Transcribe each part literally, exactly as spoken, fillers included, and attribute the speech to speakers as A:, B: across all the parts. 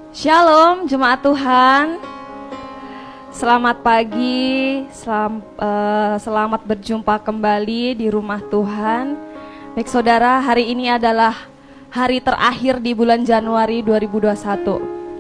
A: Shalom jemaat Tuhan. Selamat pagi, selam, uh, selamat berjumpa kembali di rumah Tuhan. Baik saudara, hari ini adalah hari terakhir di bulan Januari dua ribu dua puluh satu.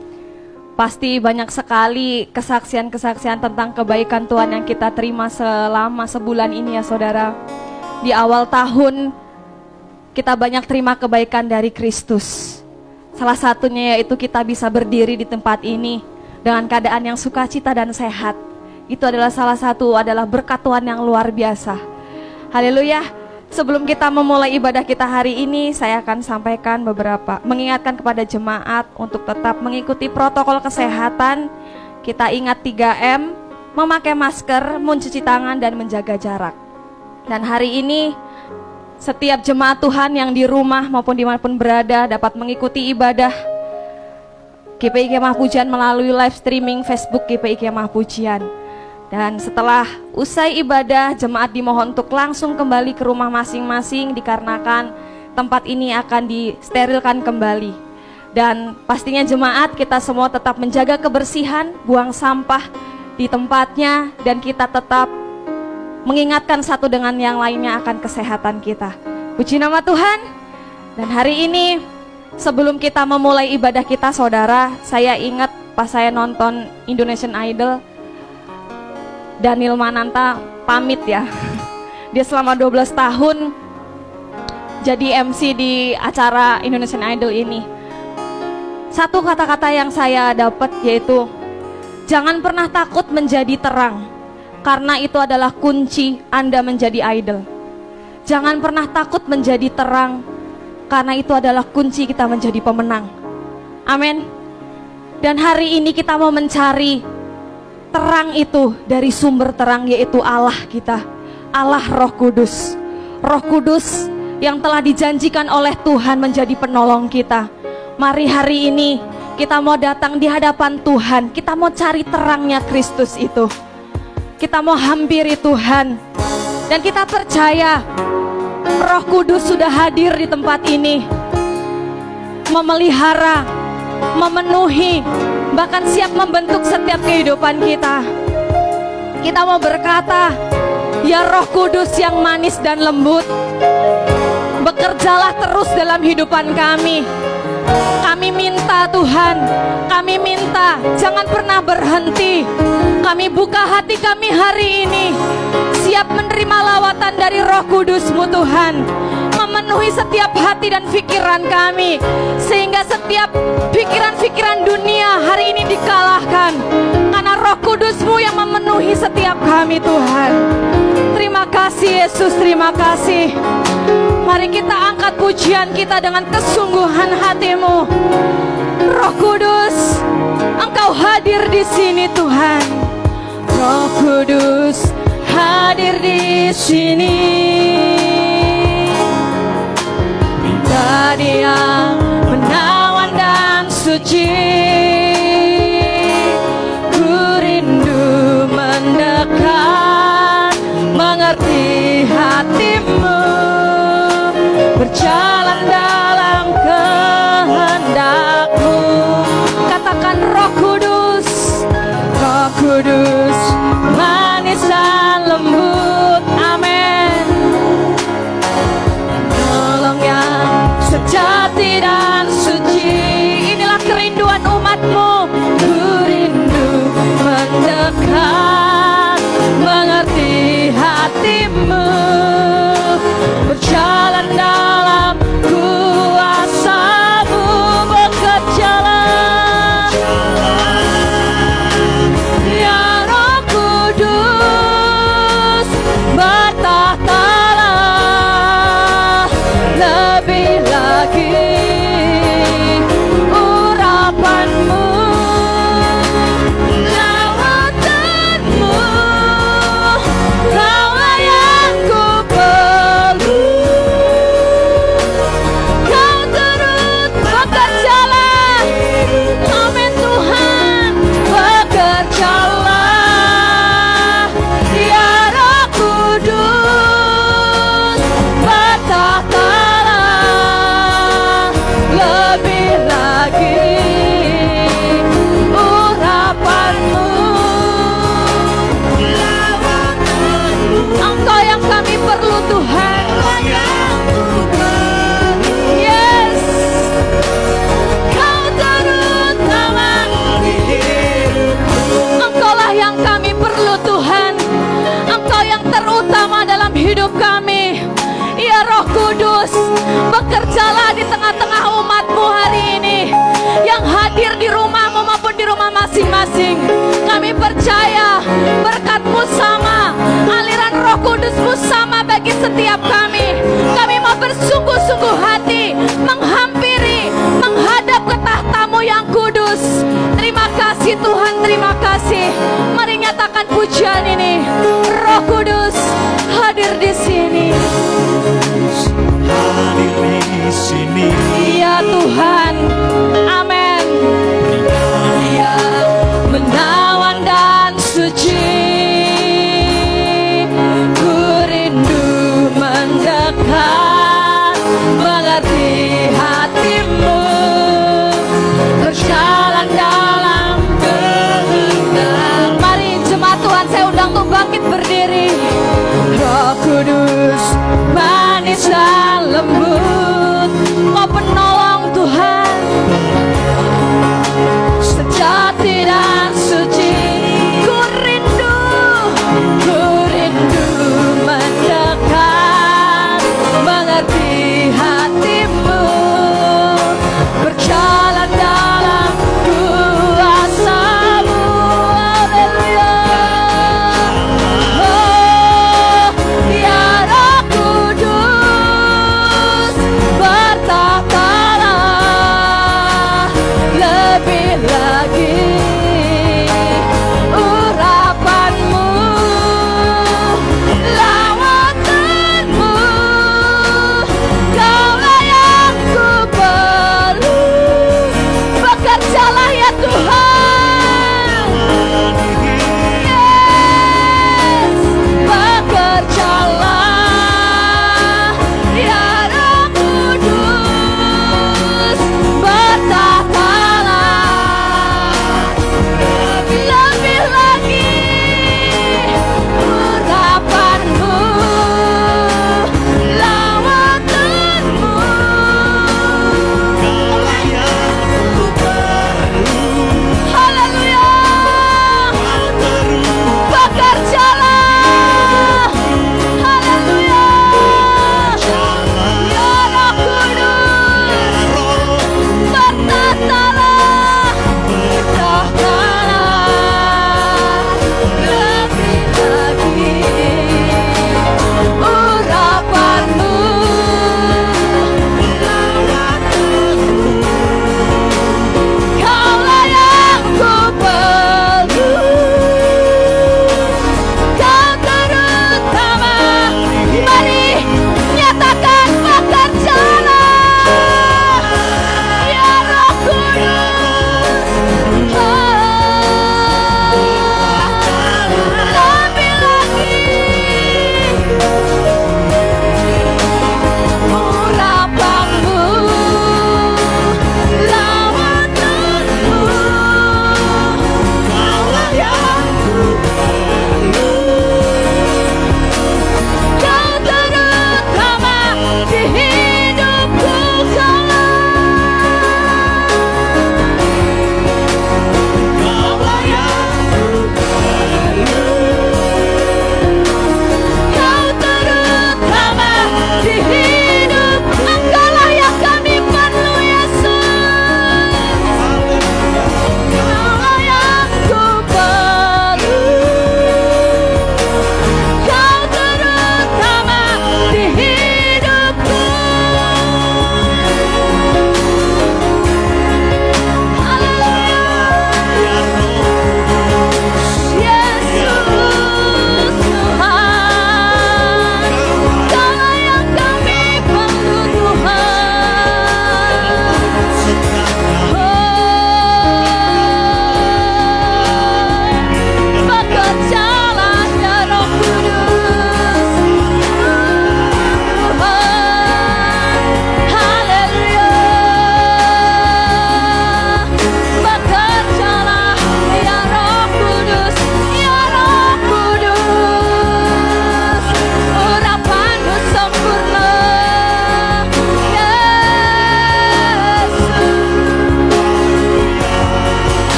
A: Pasti banyak sekali kesaksian-kesaksian tentang kebaikan Tuhan yang kita terima selama sebulan ini ya saudara. Di awal tahun kita banyak terima kebaikan dari Kristus. Salah satunya yaitu kita bisa berdiri di tempat ini dengan keadaan yang sukacita dan sehat. Itu adalah salah satu adalah berkat Tuhan yang luar biasa. Haleluya. Sebelum kita memulai ibadah kita hari ini, saya akan sampaikan beberapa, mengingatkan kepada jemaat untuk tetap mengikuti protokol kesehatan. Kita ingat tiga M, memakai masker, mencuci tangan dan menjaga jarak. Dan hari ini setiap jemaat Tuhan yang di rumah maupun dimanapun berada dapat mengikuti ibadah G P I Kemah Pujian melalui live streaming Facebook G P I Kemah Pujian. Dan setelah usai ibadah, jemaat dimohon untuk langsung kembali ke rumah masing-masing dikarenakan tempat ini akan disterilkan kembali. Dan pastinya jemaat kita semua tetap menjaga kebersihan, buang sampah di tempatnya, dan kita tetap mengingatkan satu dengan yang lainnya akan kesehatan kita. Puji nama Tuhan. Dan hari ini sebelum kita memulai ibadah kita saudara, saya ingat pas saya nonton Indonesian Idol, Daniel Mananta pamit ya. Dia selama dua belas tahun jadi M C di acara Indonesian Idol ini. Satu kata-kata yang saya dapat yaitu jangan pernah takut menjadi terang, karena itu adalah kunci Anda menjadi idol. Jangan pernah takut menjadi terang, karena itu adalah kunci kita menjadi pemenang. Amin. Dan hari ini kita mau mencari terang itu dari sumber terang, yaitu Allah kita, Allah Roh Kudus. Roh Kudus yang telah dijanjikan oleh Tuhan menjadi penolong kita. Mari hari ini kita mau datang di hadapan Tuhan, kita mau cari terangnya Kristus itu. Kita mau hampiri Tuhan, dan kita percaya Roh Kudus sudah hadir di tempat ini, memelihara, memenuhi, bahkan siap membentuk setiap kehidupan kita. Kita mau berkata, ya Roh Kudus yang manis dan lembut, bekerjalah terus dalam hidupan kami. Kami minta Tuhan, kami minta jangan pernah berhenti. Kami buka hati kami hari ini, siap menerima lawatan dari Roh Kudus-Mu Tuhan, memenuhi setiap hati dan pikiran kami, sehingga setiap pikiran-pikiran dunia hari ini dikalahkan, karena Roh Kudus-Mu yang memenuhi setiap kami Tuhan. Terima kasih Yesus, terima kasih. Mari kita angkat pujian kita dengan kesungguhan hati-Mu. Roh Kudus, Engkau hadir di sini Tuhan. Roh Kudus hadir di sini. Minta Dia menawan dan suci. Ku rindu mendekat, mengerti hati-Mu, berjalan dalam kehendak-Mu. Katakan Roh Kudus, Roh Kudus manis dan lembut, amin. Penolong yang sejati setiap kami. Kami mau bersungguh-sungguh hati menghampiri, menghadap ke tahta-Mu yang kudus. Terima kasih Tuhan, terima kasih. Mari nyatakan pujian ini. Roh Kudus hadir di sini.
B: Hadir di sini.
A: Ya Tuhan, amin. Ya menawan dan suci, ku rindu mendekat, mengerti hati-Mu, berjalan dalam kehendak. Mari jemaat Tuhan, saya undang untuk bangkit berdiri. Roh Kudus manis dan lembut, Kau penolong Tuhan, sejati dan suci. Ku rindu, ku rindu mendekat, mengerti hati-Mu, berjalan dalam kuasa-Mu. Haleluya. Oh, ya Roh Kudus, bertahtalah lebih lagi. Urapan-Mu, lawatan-Mu, Kaulah yang ku perlu. Bekerjalah ya Tuhan. Yes, bekerjalah ya Roh Kudus, bertahtalah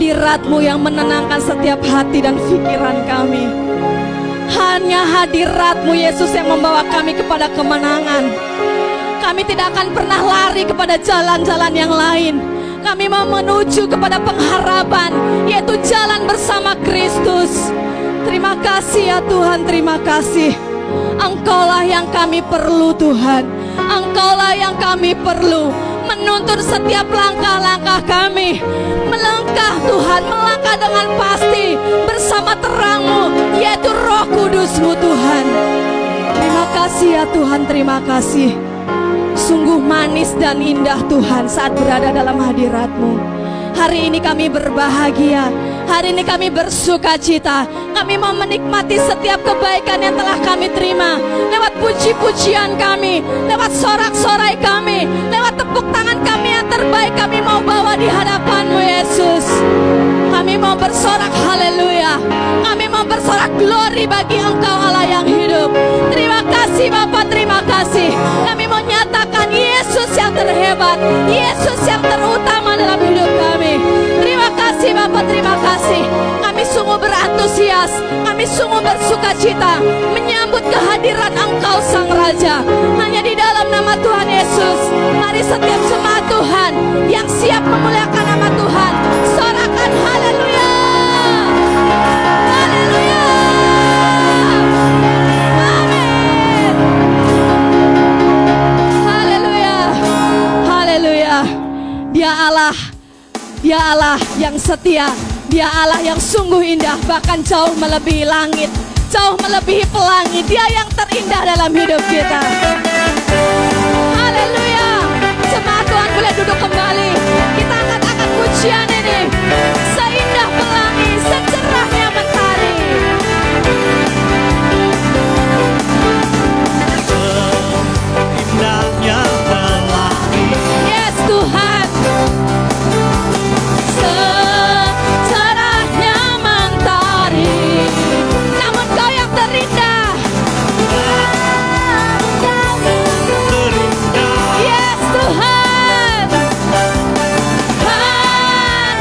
A: hadirat-Mu yang menenangkan setiap hati dan pikiran kami. Hanya hadirat-Mu Yesus yang membawa kami kepada kemenangan. Kami tidak akan pernah lari kepada jalan-jalan yang lain. Kami mau menuju kepada pengharapan, yaitu jalan bersama Kristus. Terima kasih ya Tuhan, terima kasih. Engkaulah yang kami perlu Tuhan. Engkaulah yang kami perlu menuntun setiap langkah-langkah kami. Melangkah Tuhan, melangkah dengan pasti bersama terang-Mu, yaitu Roh Kudus-Mu Tuhan. Terima kasih ya Tuhan, terima kasih. Sungguh manis dan indah Tuhan saat berada dalam hadirat-Mu. Hari ini kami berbahagia. Hari ini kami bersuka cita. Kami mau menikmati setiap kebaikan yang telah kami terima. Lewat puji-pujian kami, lewat sorak-sorai kami, lewat tepuk tangan kami yang terbaik, kami mau bawa di hadapan-Mu Yesus. Kami mau bersorak haleluya. Kami mau bersorak glory bagi Engkau Allah yang hidup. Terima kasih Bapa, terima kasih. Kami mau nyatakan Yesus yang terhebat, Yesus yang terutama dalam hidup kami. Terima kasih Bapa, terima kasih. Kami sungguh berantusias, kami sungguh bersuka cita menyambut kehadiran Engkau Sang Raja. Hanya di dalam nama Tuhan Yesus, mari setiap jemaat Tuhan yang siap memuliakan nama Tuhan, sorakan haleluya. Haleluya. Amin. Haleluya. Haleluya. Dia Allah, Dia Allah yang setia. Dia Allah yang sungguh indah, bahkan jauh melebihi langit, jauh melebihi pelangi. Dia yang terindah dalam hidup kita. Haleluya. Jemaat Tuhan boleh duduk kembali. Kita akan angkat pujian ini. Seindah pelangi, secerahnya mentari.
B: Seindahnya pelangi.
A: Yes Tuhan. Secerahnya mentari. Namun Kau yang terindah. Yes Tuhan.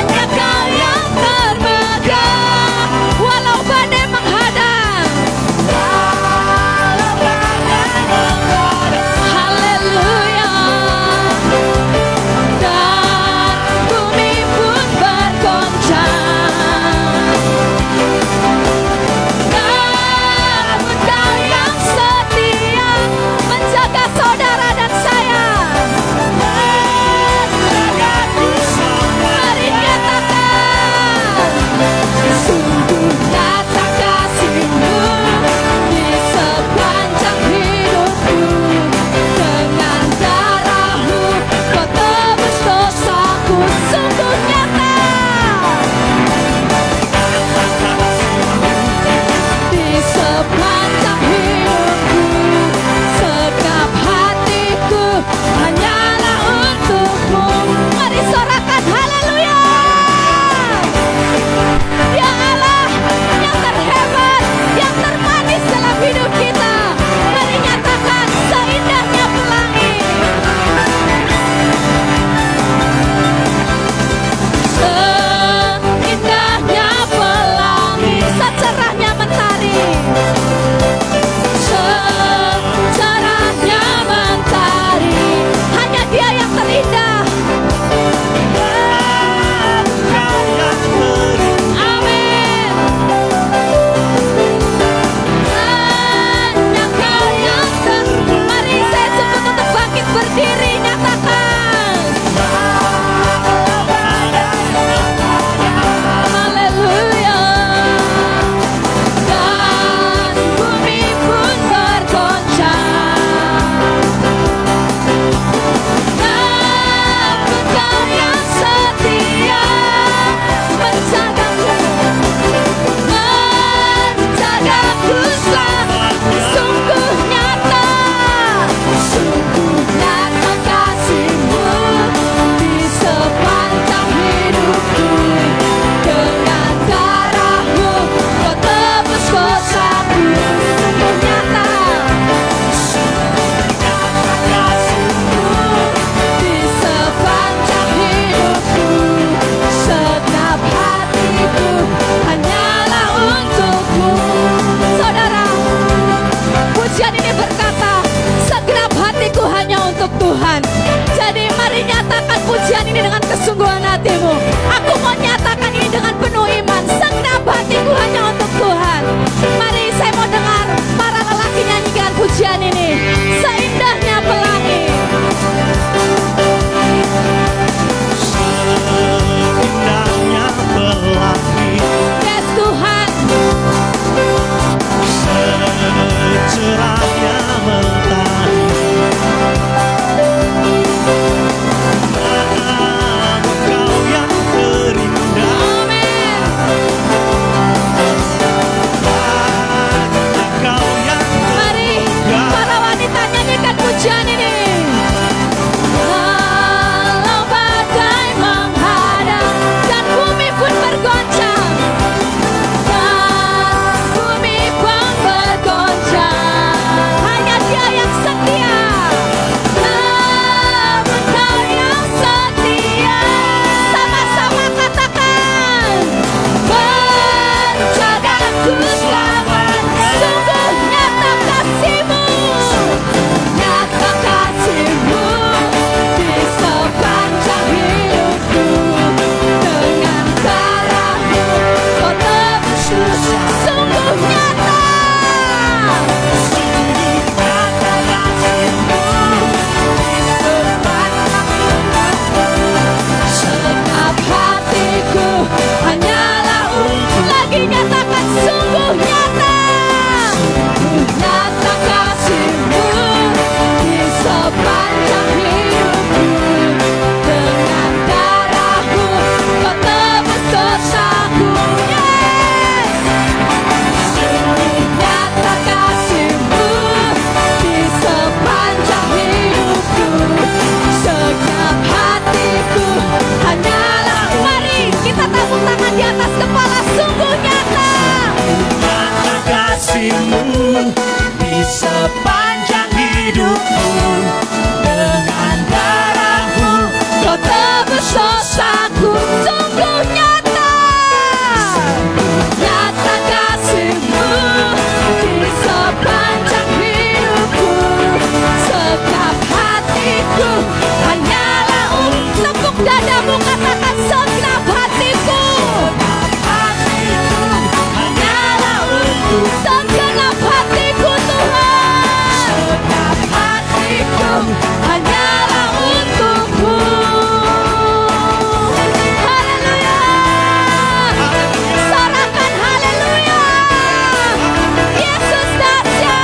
A: kesungguhan hatimu. Aku mau nyatakan ini dengan penuh iman. Segenap hatiku hanya untuk Tuhan. Mari saya mau dengar para lelaki nyanyikan pujian ini. Seindahnya pelangi.
B: Seindahnya pelangi.
A: Yes Tuhan.
B: Secerahnya mentari. Engkau yang terindah.
A: Amin.
B: Engkau yang
A: Mari para wanita nyanyikan pujian ini. Walau badai menghadang dan bumi pun bergoncang, dan bumi pun bergoncang, hanya Dia yang setia. Namun Kau yang setia. Sama-sama katakan, penjagaku selamat, sungguh nyata kasih-Mu, nyata kasih-Mu di sepanjang hidupku. Dengan darah-Mu Kau tebus dosa, sungguh nyata,
B: sungguh nyata kasih-Mu di sepanjang hidupku.
A: segenap hatiku hanyalah untuk. Lagi nyatakan sungguh nyata, sungguh nyata kasih-Mu di sepanjang hidupku. Dengan darah-Mu Kau tebus dosaku. Yes. Sungguh nyata kasih-Mu di sepanjang hidupku. Segenap hatiku hanyalah. Mari kita tepuk tangan di atas kepala. Sungguh nyata,
B: Nyata kasih-Mu di sepanjang hidupku. Dengan darah-Mu
A: Kau tebus dosaku. Sungguh nyata, nyata kasih-Mu di sepanjang hidupku. Segenap hatiku hanyalah untuk. Tepuk dadamu, katakan segenap hatiku.
B: hanyalah untuk.
A: Segenap hatiku Tuhan. Segenap hatiku hanyalah untuk-Mu. Haleluya. Sorakan haleluya. Yesus dahsyat.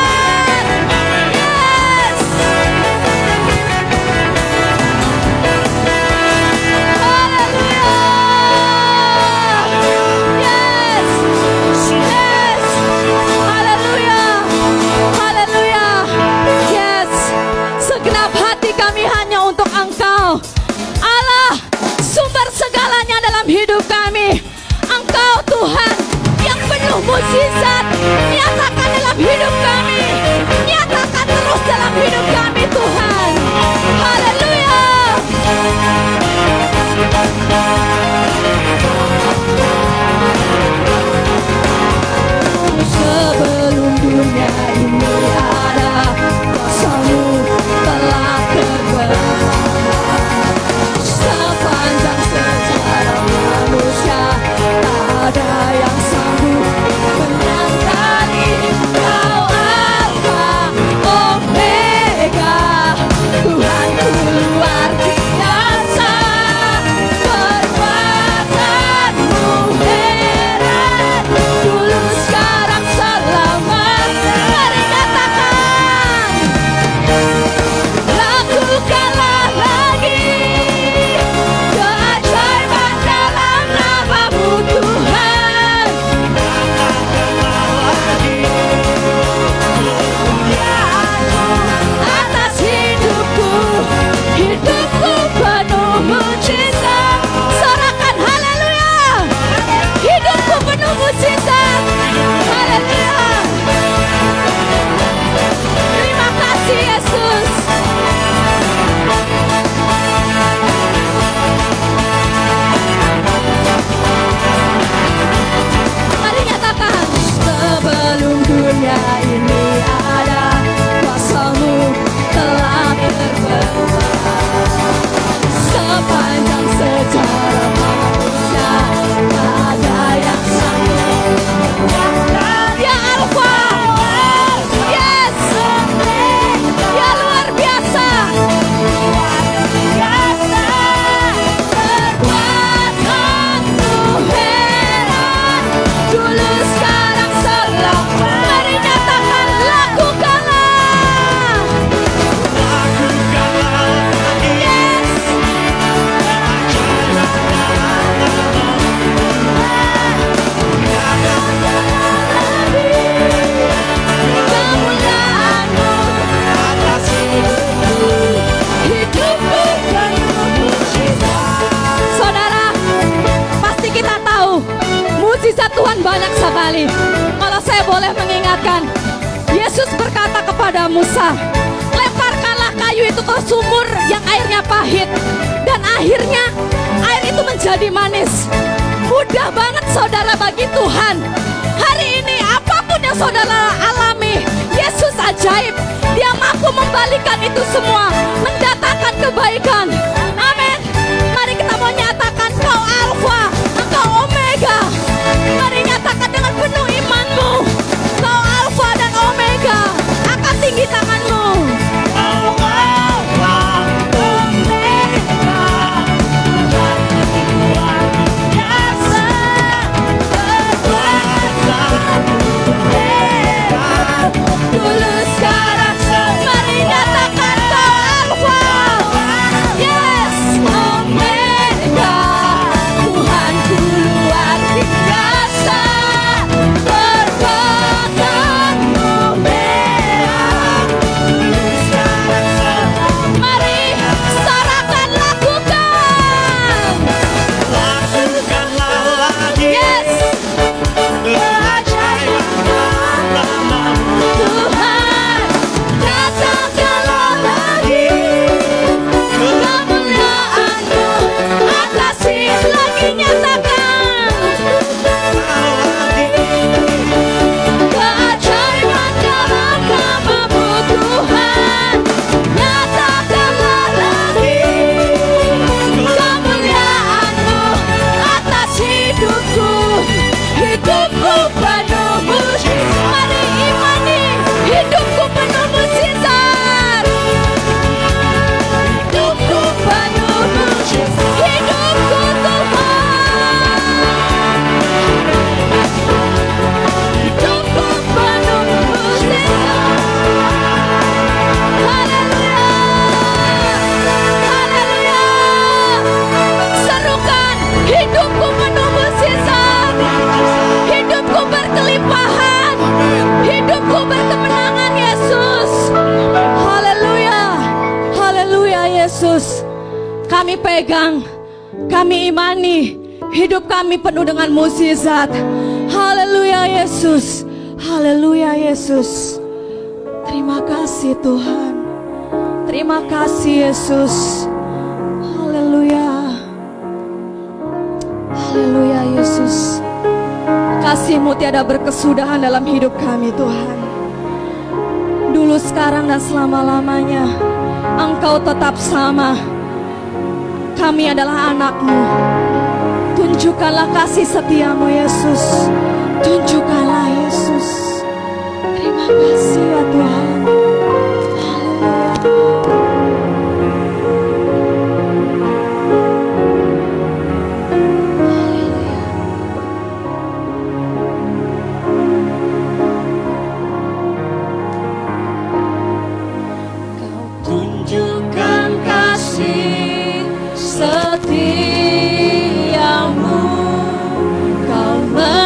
A: kembali. Kalau saya boleh mengingatkan, Yesus berkata kepada Musa, lemparkanlah kayu itu ke sumur yang airnya pahit, dan akhirnya air itu menjadi manis. Mudah banget saudara bagi Tuhan. Hari ini apapun yang saudara alami, Yesus ajaib. Dia mampu membalikan itu semua, mendatangkan kebaikan. Amin. Mari kita mau nyatakan, kau Alfa, engkau Omega. Mari nyatakan dengan penuh imanmu, kau Alfa dan Omega. Angkat tinggi tanganmu.
B: Kau Alfa, Omega, Tuhan luar biasa, berkuasa, hebat,
A: Dulu sekarang, mari nyatakan kau Alfa. Yes, Omega. Tuhanku luar biasa, berbakanmu merah. Mari sorakan, lakukan.
B: lakukanlah lagi
A: Yes,
B: keajaiban namamu.
A: Tuhan, katakanlah lagi kemuliaan-Mu atasi. Lagi nyatakan keajaiban dalam nama-Mu Tuhan. Nyatakanlah lagi kemuliaan-Mu atas hidupku. Hidupku penuh mujizat. Mari imani, hidupku penuh mujizat. Hidupku penuh mujizat. Hidupku Tuhan. Hidupku penuh mujizat. Haleluya. Haleluya. Serukan, hidupku penuh mujizat. Hidupku berkelimpahan. Hidupku berkemenangan, Yesus. Haleluya. Haleluya, Yesus. Kami pegang, kami imani, hidup kami penuh dengan mukjizat. Haleluya, Yesus. Haleluya, Yesus. Terima kasih Tuhan. Terima kasih Yesus. Haleluya. Haleluya, Yesus. Kasih-Mu tiada berkesudahan dalam hidup kami Tuhan. Dulu, sekarang, dan selama-lamanya Engkau tetap sama. Kami adalah anak-Mu. Tunjukkanlah kasih setia-Mu Yesus. Tunjukkanlah Yesus. Terima kasih ya Tuhan.
B: Tunjukkan kasih
A: Setiamu, Kau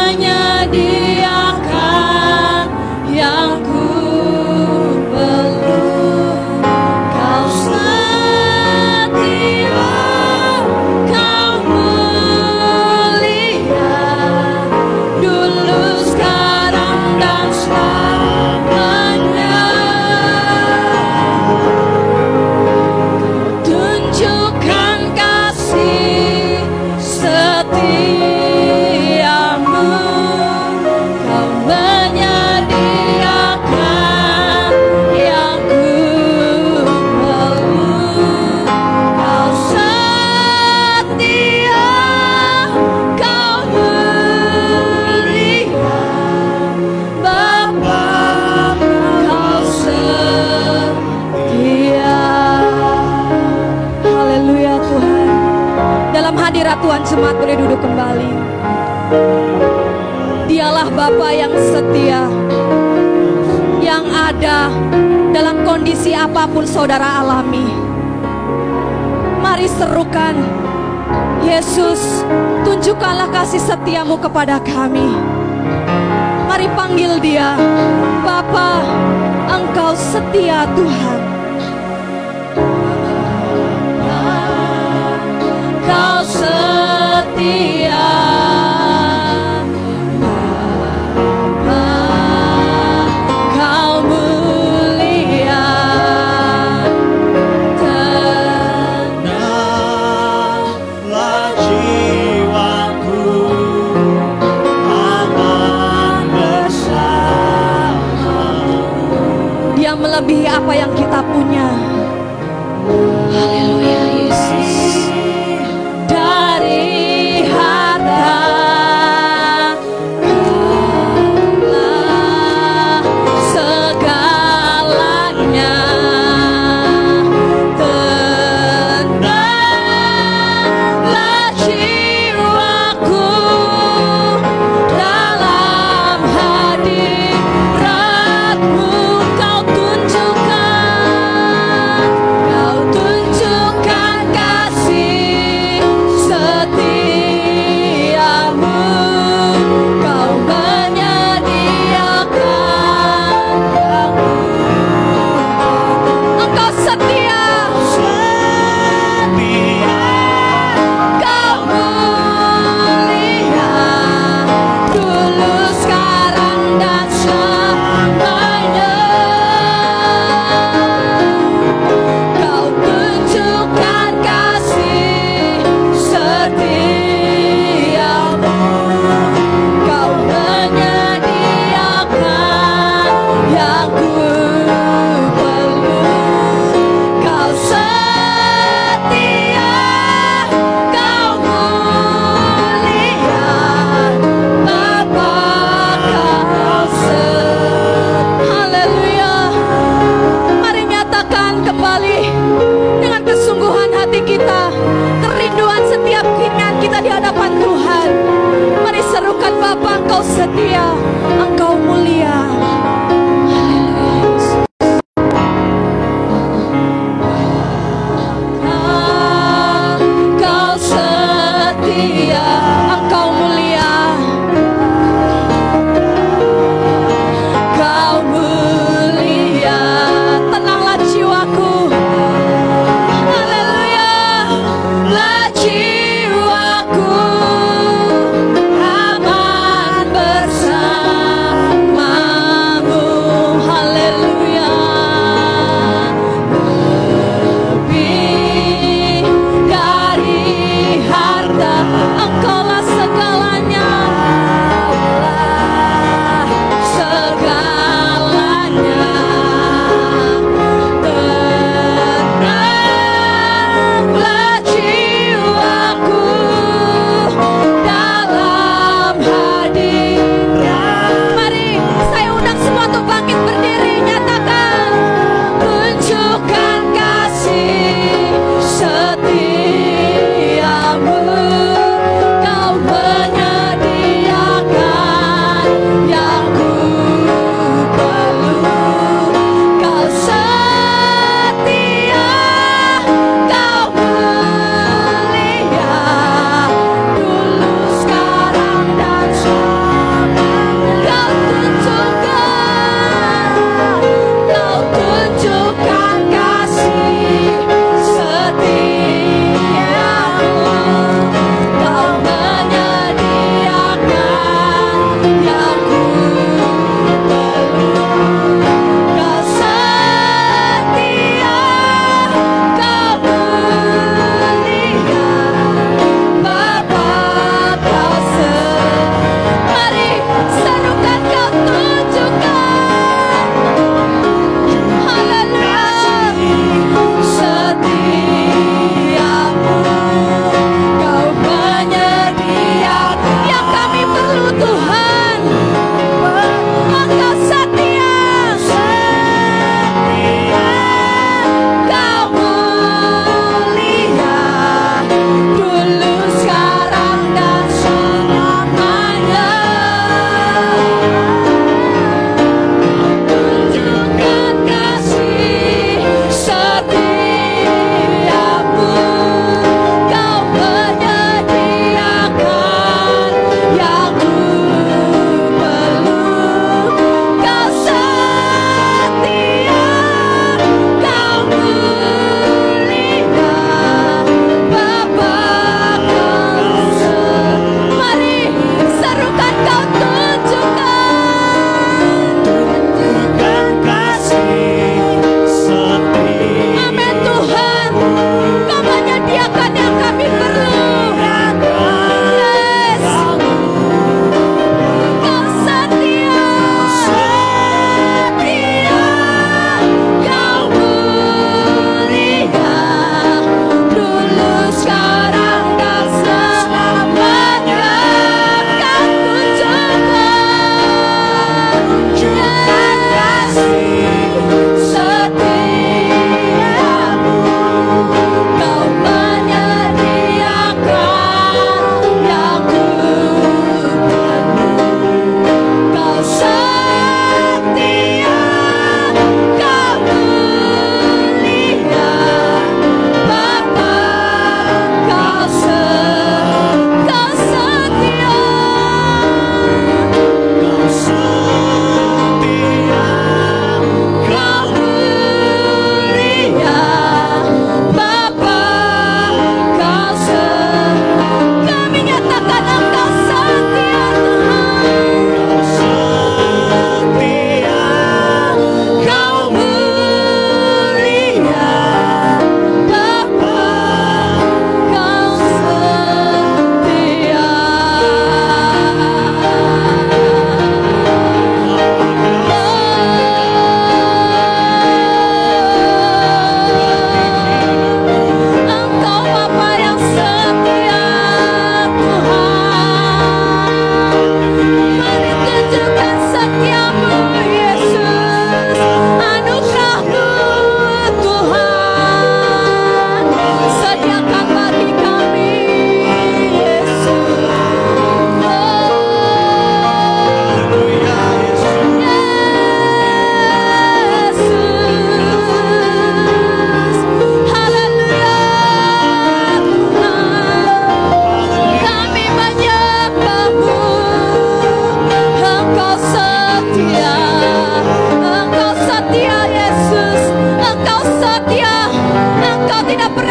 A: menyediakan yang ku perlu. Kau setia, Kau mulia, dulu, sekarang, dan selamanya. Tunjukkan kasih setiamu, Kau menyediakan yang ku perlu. Kau setia, Kau mulia, Bapa, Kau setia. Haleluya Tuhan. Dalam hadirat Tuhan, jemaat boleh duduk kembali. Dialah Bapa yang setia, yang ada dalam kondisi apapun saudara alami. Mari serukan, Yesus, tunjukkanlah kasih setiamu kepada kami. Mari panggil Dia, Bapa, Engkau setia Tuhan. Kau setia, yang melebihi apa yang kita punya. Haleluya Yesus. Dari harta Kaulah segalanya, tenanglah jiwaku dalam hadirat-Mu. Kau tunjukkan, Kau tunjukkan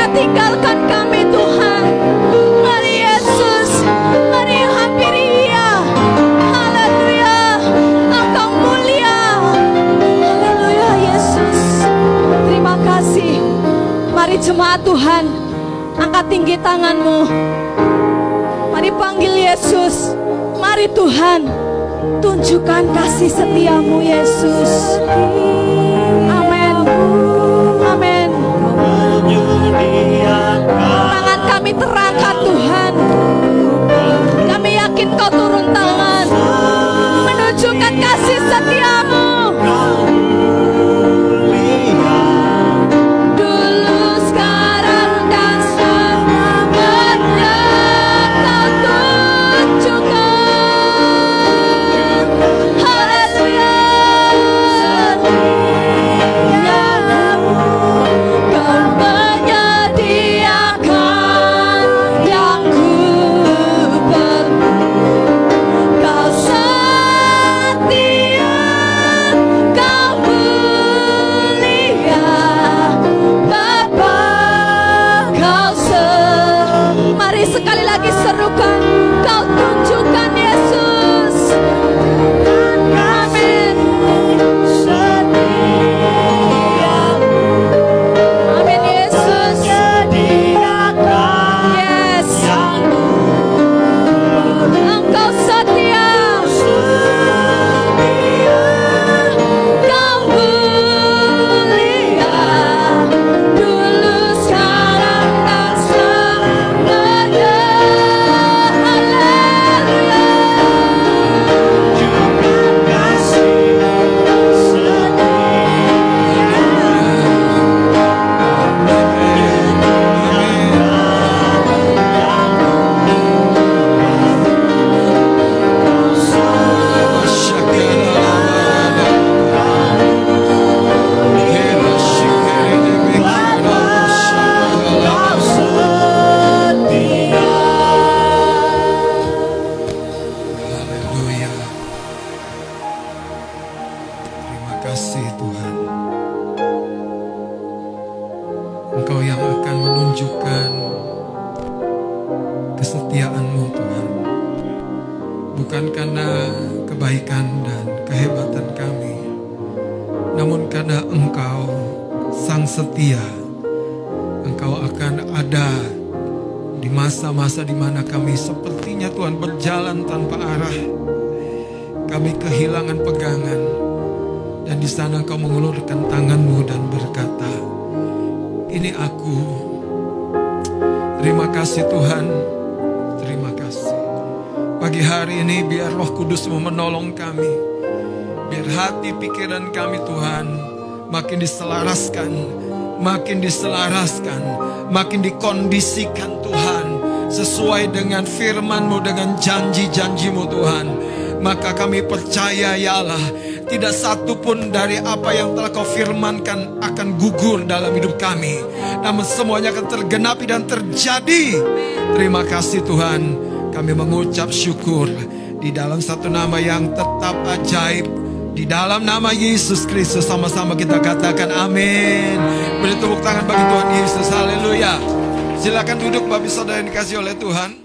A: tinggalkan kami Tuhan. Mari Yesus, mari hampiri Dia. Haleluya, Engkau mulia. Haleluya Yesus, terima kasih. Mari jemaat Tuhan, angkat tinggi tanganmu. Mari panggil Yesus. Mari Tuhan, tunjukkan kasih setiamu Yesus. Amin. Amin. Tangan kami terangkat Tuhan. Kami yakin Kau turun tangan, menunjukkan kasih setiamu. Dulu, sekarang, dan selamanya Kau tunjukkan. Haleluya. Kau menyediakan yang ku perlu. Kau setia, Kau mulia, Bapa, Kau se- Mari sekali lagi serukan, Kau tunjukkan Yesus. Amin. Amin Yesus. Yes. Engkau setia, Kau mulia, dulu, sekarang, dan selamanya. Haleluya.
C: Haleluya. Terima kasih Tuhan. Engkau yang akan menunjukkan kesetiaan-Mu Tuhan. Bukan karena kebaikan dan kehebatan kami, namun karena Engkau Sang Setia. Engkau akan ada di masa-masa di mana kami sepertinya Tuhan berjalan tanpa arah. Kami kehilangan pegangan. Dan di sana Engkau mengulurkan tangan-Mu dan berkata, ini aku. Terima kasih Tuhan. Terima kasih. Pagi hari ini biar Roh Kudus-Mu menolong kami. Biar hati pikiran kami Tuhan makin diselaraskan. Makin diselaraskan. Makin dikondisikan Tuhan. Sesuai dengan firman-Mu, dengan janji-janji-Mu Tuhan. Maka kami percaya ya Allah, tidak satu pun dari apa yang telah Kau firmankan akan gugur dalam hidup kami. Namun semuanya akan tergenapi dan terjadi. Terima kasih Tuhan. Kami mengucap syukur di dalam satu nama yang tetap ajaib. Di dalam nama Yesus Kristus sama-sama kita katakan amin. Beri tepuk tangan bagi Tuhan Yesus. Haleluya. Silakan duduk Bapak Saudara yang dikasihi oleh Tuhan.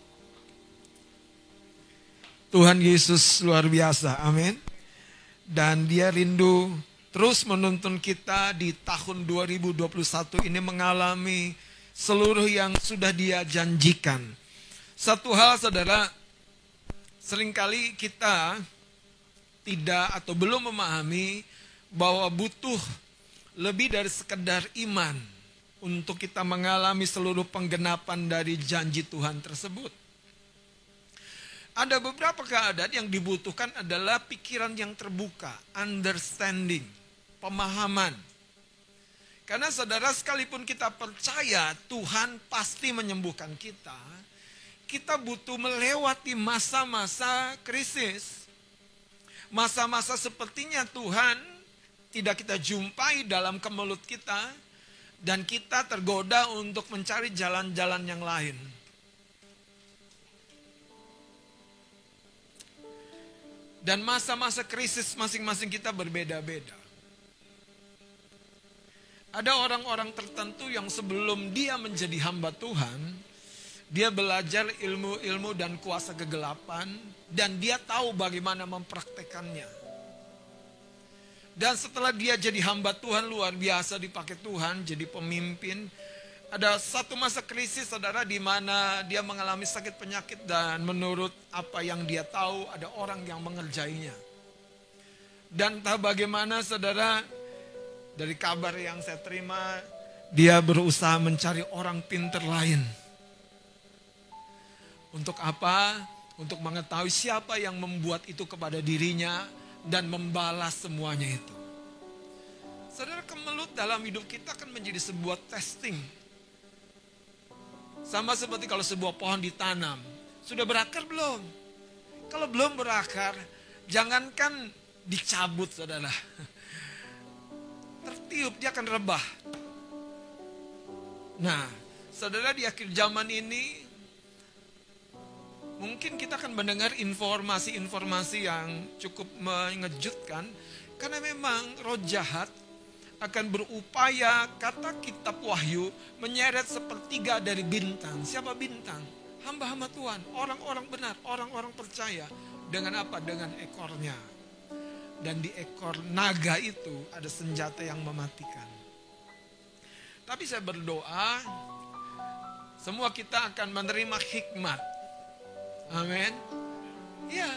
C: Tuhan Yesus luar biasa, amin. Dan Dia rindu terus menuntun kita di tahun dua ribu dua puluh satu ini mengalami seluruh yang sudah Dia janjikan. Satu hal saudara, seringkali kita tidak atau belum memahami bahwa butuh lebih dari sekedar iman untuk kita mengalami seluruh penggenapan dari janji Tuhan tersebut. Ada beberapa keadaan yang dibutuhkan adalah pikiran yang terbuka, understanding, pemahaman. Karena saudara, sekalipun kita percaya Tuhan pasti menyembuhkan kita, kita butuh melewati masa-masa krisis. Masa-masa sepertinya Tuhan tidak kita jumpai dalam kemelut kita, dan kita tergoda untuk mencari jalan-jalan yang lain. Dan masa-masa krisis masing-masing kita berbeda-beda. Ada orang-orang tertentu yang sebelum dia menjadi hamba Tuhan, dia belajar ilmu-ilmu dan kuasa kegelapan, dan dia tahu bagaimana mempraktekannya. Dan setelah dia jadi hamba Tuhan, luar biasa dipakai Tuhan, jadi pemimpin. Ada satu masa krisis, saudara, di mana dia mengalami sakit penyakit, dan menurut apa yang dia tahu, ada orang yang mengerjainya. Dan entah bagaimana, saudara, dari kabar yang saya terima, dia berusaha mencari orang pintar lain. Untuk apa? Untuk mengetahui siapa yang membuat itu kepada dirinya dan membalas semuanya itu. Saudara, kemelut dalam hidup kita akan menjadi sebuah testing. Sama seperti kalau sebuah pohon ditanam. Sudah berakar belum? Kalau belum berakar, jangankan dicabut, saudara. Tertiup, dia akan rebah. Nah, saudara, di akhir zaman ini mungkin kita akan mendengar informasi-informasi yang cukup mengejutkan. Karena memang roh jahat akan berupaya, kata kitab Wahyu, menyeret sepertiga dari bintang. Siapa bintang? Hamba-hamba Tuhan, orang-orang benar, orang-orang percaya. Dengan apa? Dengan ekornya. Dan di ekor naga itu ada senjata yang mematikan. Tapi saya berdoa, semua kita akan menerima hikmat. Amin. Ya.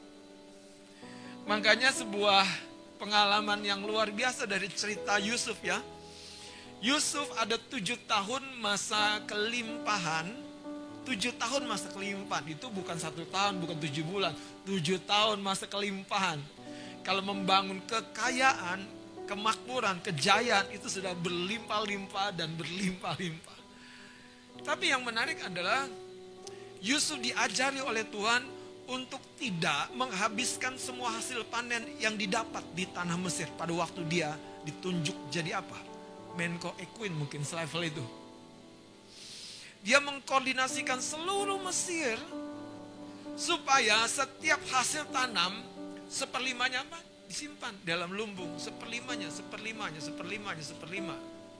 C: Makanya sebuah pengalaman yang luar biasa dari cerita Yusuf ya. Yusuf ada tujuh tahun masa kelimpahan. Tujuh tahun masa kelimpahan. Itu bukan satu tahun, bukan tujuh bulan. Tujuh tahun masa kelimpahan. Kalau membangun kekayaan, kemakmuran, kejayaan itu sudah berlimpah-limpah dan berlimpah-limpah. Tapi yang menarik adalah Yusuf diajari oleh Tuhan untuk tidak menghabiskan semua hasil panen yang didapat di tanah Mesir pada waktu dia ditunjuk jadi apa? Menko Equin mungkin selevel itu. Dia mengkoordinasikan seluruh Mesir supaya setiap hasil tanam seperlimanya apa? Disimpan dalam lumbung. Seperlimanya, seperlimanya, seperlimanya, seperlima.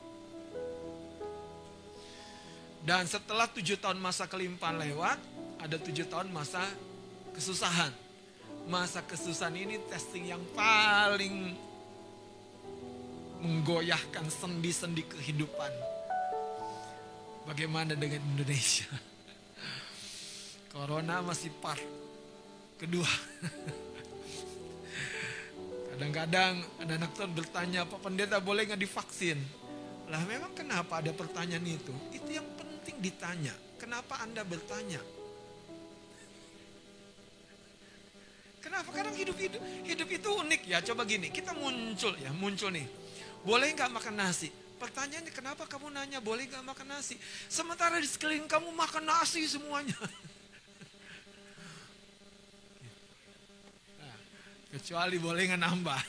C: Dan setelah tujuh tahun masa kelimpahan lewat, ada tujuh tahun masa kesusahan. Masa kesusahan ini testing yang paling menggoyahkan sendi-sendi kehidupan. Bagaimana dengan Indonesia? Corona masih part kedua. Kadang-kadang anak-anak Tuhan bertanya, Pak Pendeta boleh nggak divaksin? Lah memang kenapa ada pertanyaan itu? Itu yang penting ditanya. Kenapa Anda bertanya? Kenapa? Kadang hidup, hidup, hidup itu unik ya. Coba gini, kita muncul ya, muncul nih. Boleh nggak makan nasi? Pertanyaannya kenapa kamu nanya boleh nggak makan nasi? Sementara di sekeliling kamu makan nasi semuanya. Kecuali boleh nggak nambah.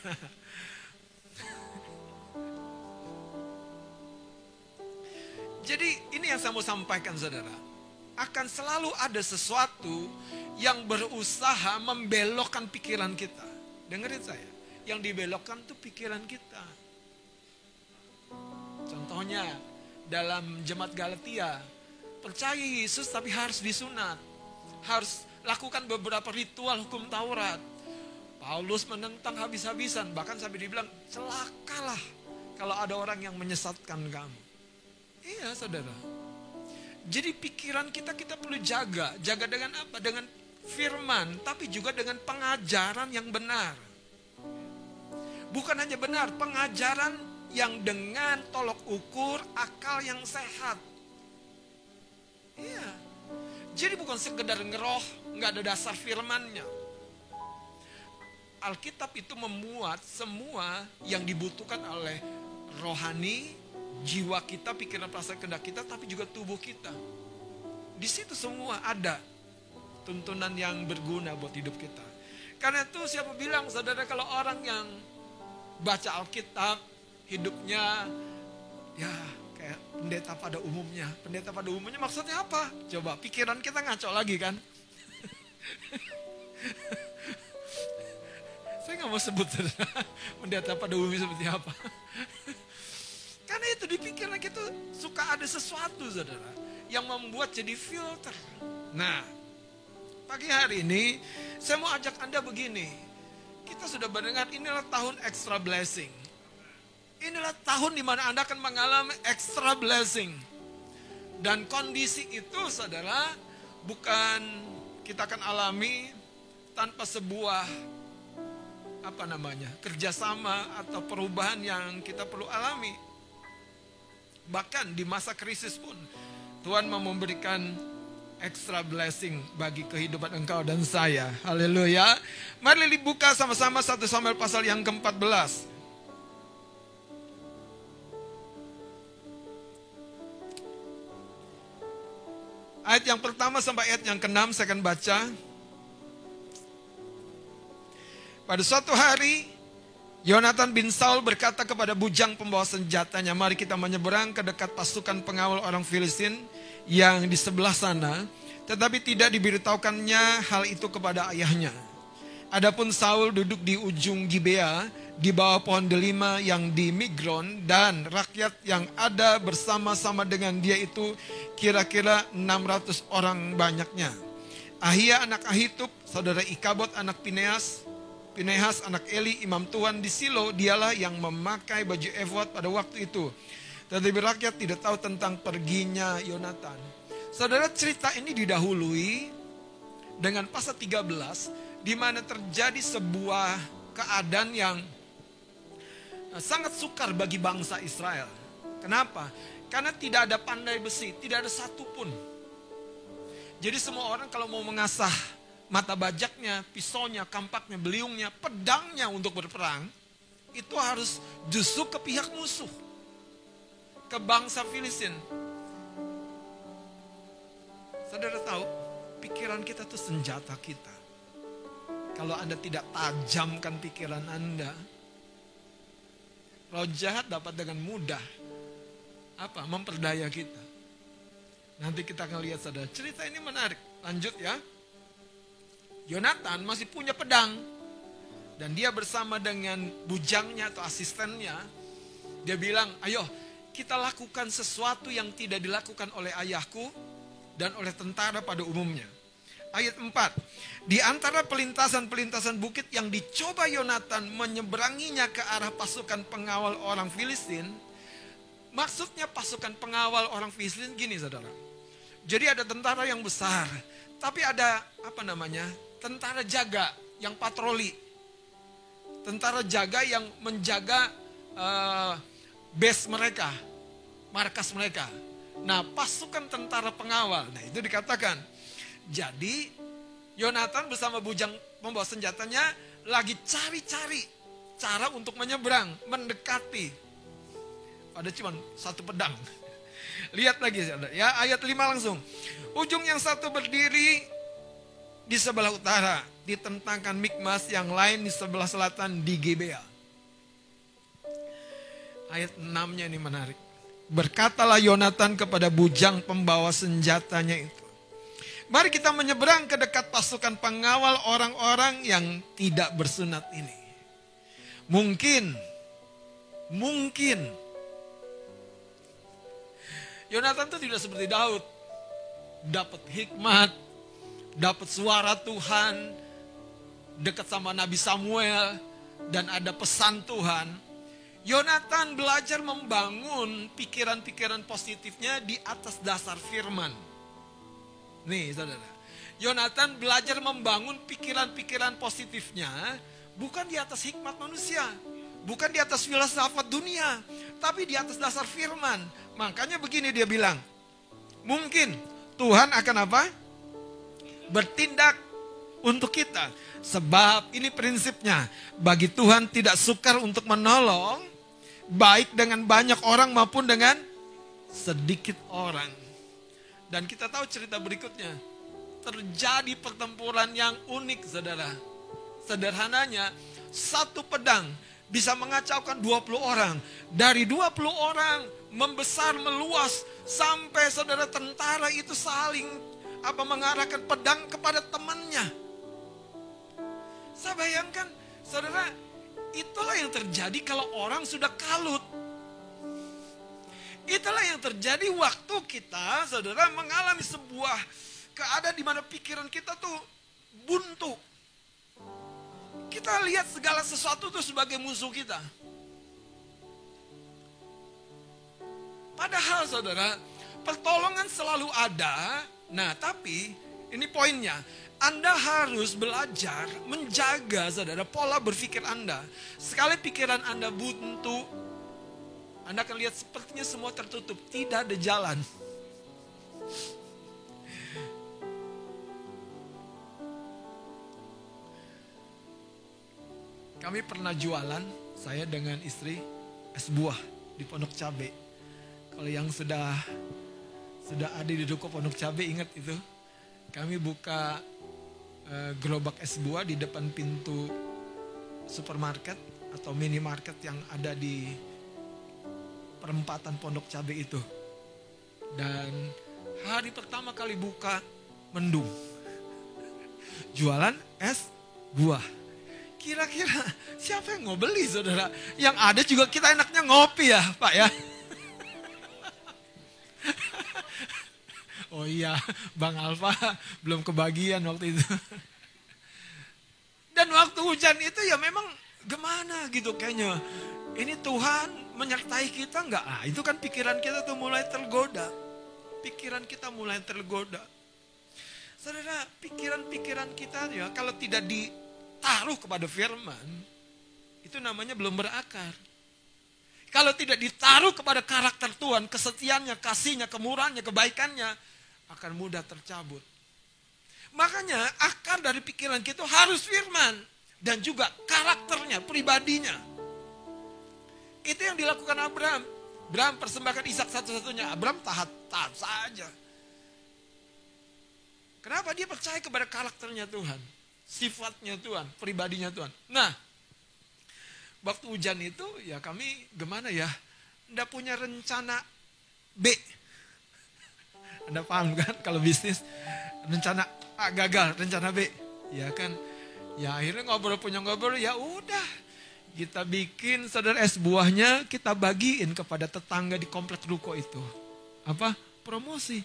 C: Jadi ini yang saya mau sampaikan saudara. Akan selalu ada sesuatu yang berusaha membelokkan pikiran kita. Dengerin saya. Yang dibelokkan tuh pikiran kita. Contohnya dalam jemaat Galatia. Percaya Yesus tapi harus disunat. Harus lakukan beberapa ritual hukum Taurat. Paulus menentang habis-habisan. Bahkan sampai dibilang celakalah kalau ada orang yang menyesatkan kamu. Iya saudara. Jadi pikiran kita kita perlu jaga. Jaga dengan apa? Dengan firman. Tapi juga dengan pengajaran yang benar. Bukan hanya benar. Pengajaran yang dengan tolok ukur akal yang sehat. Iya. Jadi bukan sekedar ngeroh. Gak ada dasar firmannya. Alkitab itu memuat semua yang dibutuhkan oleh rohani, jiwa kita, pikiran, perasaan, kehendak kita, tapi juga tubuh kita. Di situ semua ada tuntunan yang berguna buat hidup kita. Karena itu siapa bilang, saudara, kalau orang yang baca Alkitab, hidupnya ya kayak pendeta pada umumnya. Pendeta pada umumnya maksudnya apa? Coba pikiran kita ngaco lagi kan? Saya nggak mau sebut pendeta pada umumnya seperti apa. Kan kita ada sesuatu, saudara, yang membuat jadi filter. Nah, pagi hari ini saya mau ajak Anda begini. Kita sudah mendengar inilah tahun extra blessing. Inilah tahun di mana Anda akan mengalami extra blessing. Dan kondisi itu, saudara, bukan kita akan alami tanpa sebuah apa namanya kerjasama atau perubahan yang kita perlu alami. Bahkan di masa krisis pun Tuhan mau memberikan extra blessing bagi kehidupan engkau dan saya. Haleluya. Mari dibuka sama-sama satu Samuel pasal yang keempat belas. Ayat yang pertama sampai ayat yang keenam saya akan baca. Pada suatu hari, Yonatan bin Saul berkata kepada bujang pembawa senjatanya, mari kita menyeberang ke dekat pasukan pengawal orang Filistin yang di sebelah sana. Tetapi tidak diberitahukannya hal itu kepada ayahnya. Adapun Saul duduk di ujung Gibea, di bawah pohon delima yang di Migron, dan rakyat yang ada bersama-sama dengan dia itu kira-kira enam ratus orang banyaknya. Ahia anak Ahitub, saudara Ikabod anak Pineas, Pinehas anak Eli, imam Tuhan di Silo, dialah yang memakai baju efod pada waktu itu. Tetapi rakyat tidak tahu tentang perginya Yonatan. Saudara, cerita ini didahului dengan pasal tiga belas, di mana terjadi sebuah keadaan yang sangat sukar bagi bangsa Israel. Kenapa? Karena tidak ada pandai besi, tidak ada satupun. Jadi semua orang kalau mau mengasah mata bajaknya, pisaunya, kampaknya, beliungnya, pedangnya untuk berperang, itu harus justru ke pihak musuh, ke bangsa Filistin. Saudara tahu, pikiran kita itu senjata kita. Kalau Anda tidak tajamkan pikiran Anda, roh jahat dapat dengan mudah apa memperdaya kita. Nanti kita akan lihat, saudara. Cerita ini menarik. Lanjut ya. Yonatan masih punya pedang. Dan dia bersama dengan bujangnya atau asistennya. Dia bilang, ayo kita lakukan sesuatu yang tidak dilakukan oleh ayahku dan oleh tentara pada umumnya. Ayat empat. Di antara pelintasan-pelintasan bukit yang dicoba Yonatan menyeberanginya ke arah pasukan pengawal orang Filistin. Maksudnya pasukan pengawal orang Filistin gini, saudara. Jadi ada tentara yang besar, tapi ada apa namanya? Tentara jaga yang patroli. Tentara jaga yang menjaga uh, base mereka, markas mereka. Nah, pasukan tentara pengawal. Nah, itu dikatakan. Jadi Yonatan bersama bujang membawa senjatanya lagi cari-cari cara untuk menyeberang, mendekati. Ada cuma satu pedang. Lihat lagi ya, ayat lima langsung. Ujung yang satu berdiri di sebelah utara, ditentangkan Mikmas, yang lain di sebelah selatan di Gibea. Ayat enam-nya ini menarik. Berkatalah Yonatan kepada bujang pembawa senjatanya itu, mari kita menyeberang ke dekat pasukan pengawal orang-orang yang tidak bersunat ini. Mungkin, mungkin Yonatan itu tidak seperti Daud, dapat hikmat, dapat suara Tuhan, dekat sama Nabi Samuel, dan ada pesan Tuhan. Yonatan belajar membangun pikiran-pikiran positifnya di atas dasar firman. Nih saudara, Yonatan belajar membangun pikiran-pikiran positifnya bukan di atas hikmat manusia, bukan di atas filsafat dunia, tapi di atas dasar firman. Makanya begini dia bilang, mungkin Tuhan akan apa? Bertindak untuk kita. Sebab ini prinsipnya, bagi Tuhan tidak sukar untuk menolong, baik dengan banyak orang maupun dengan sedikit orang. Dan kita tahu cerita berikutnya, terjadi pertempuran yang unik, saudara. Sederhananya, satu pedang bisa mengacaukan dua puluh orang. Dari dua puluh orang membesar meluas sampai saudara tentara itu saling apa mengarahkan pedang kepada temannya. Saya bayangkan, saudara, itulah yang terjadi kalau orang sudah kalut. Itu Itulah yang terjadi waktu kita, saudara, mengalami sebuah keadaan di mana pikiran kita tuh buntu. Kita lihat segala sesuatu itu sebagai musuh kita. Padahal saudara, pertolongan selalu ada. Nah tapi ini poinnya, Anda harus belajar menjaga saudara pola berpikir Anda. Sekali pikiran Anda buntu, Anda akan lihat sepertinya semua tertutup, tidak ada jalan. Kami pernah jualan, saya dengan istri, es buah di Pondok Cabe. Kalau yang sudah sudah ada di Duko Pondok Cabe ingat itu. Kami buka uh, gerobak es buah di depan pintu supermarket atau minimarket yang ada di perempatan Pondok Cabe itu. Dan hari pertama kali buka, mendung. Jualan es buah. Kira-kira siapa yang mau beli saudara? Yang ada juga kita enaknya ngopi ya Pak ya. Oh iya, Bang Alfa belum kebagian waktu itu. Dan waktu hujan itu ya memang gimana gitu kayaknya. Ini Tuhan menyertai kita enggak? Ah, itu kan pikiran kita tuh mulai tergoda. Pikiran kita mulai tergoda. Saudara, pikiran-pikiran kita ya kalau tidak ditaruh kepada firman, itu namanya belum berakar. Kalau tidak ditaruh kepada karakter Tuhan, kesetiaannya, kasihnya, kemurahannya, kebaikannya, akan mudah tercabut. Makanya akar dari pikiran kita harus firman. Dan juga karakternya, pribadinya. Itu yang dilakukan Abraham. Abraham persembahkan Ishak satu-satunya. Abraham taat-taat saja. Kenapa? Dia percaya kepada karakternya Tuhan. Sifatnya Tuhan, pribadinya Tuhan. Nah, waktu hujan itu ya kami gimana ya, nggak punya rencana B. Anda paham kan kalau bisnis, rencana A gagal, rencana B. Ya kan, ya akhirnya ngobrol punya ngobrol, ya udah. Kita bikin saudara es buahnya, kita bagiin kepada tetangga di komplek ruko itu. Apa? Promosi.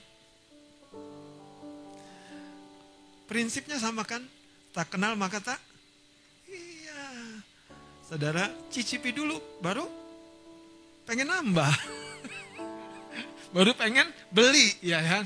C: Prinsipnya sama kan? Tak kenal maka tak? Iya. Saudara, cicipi dulu, baru pengen nambah. Baru pengen beli, ya kan?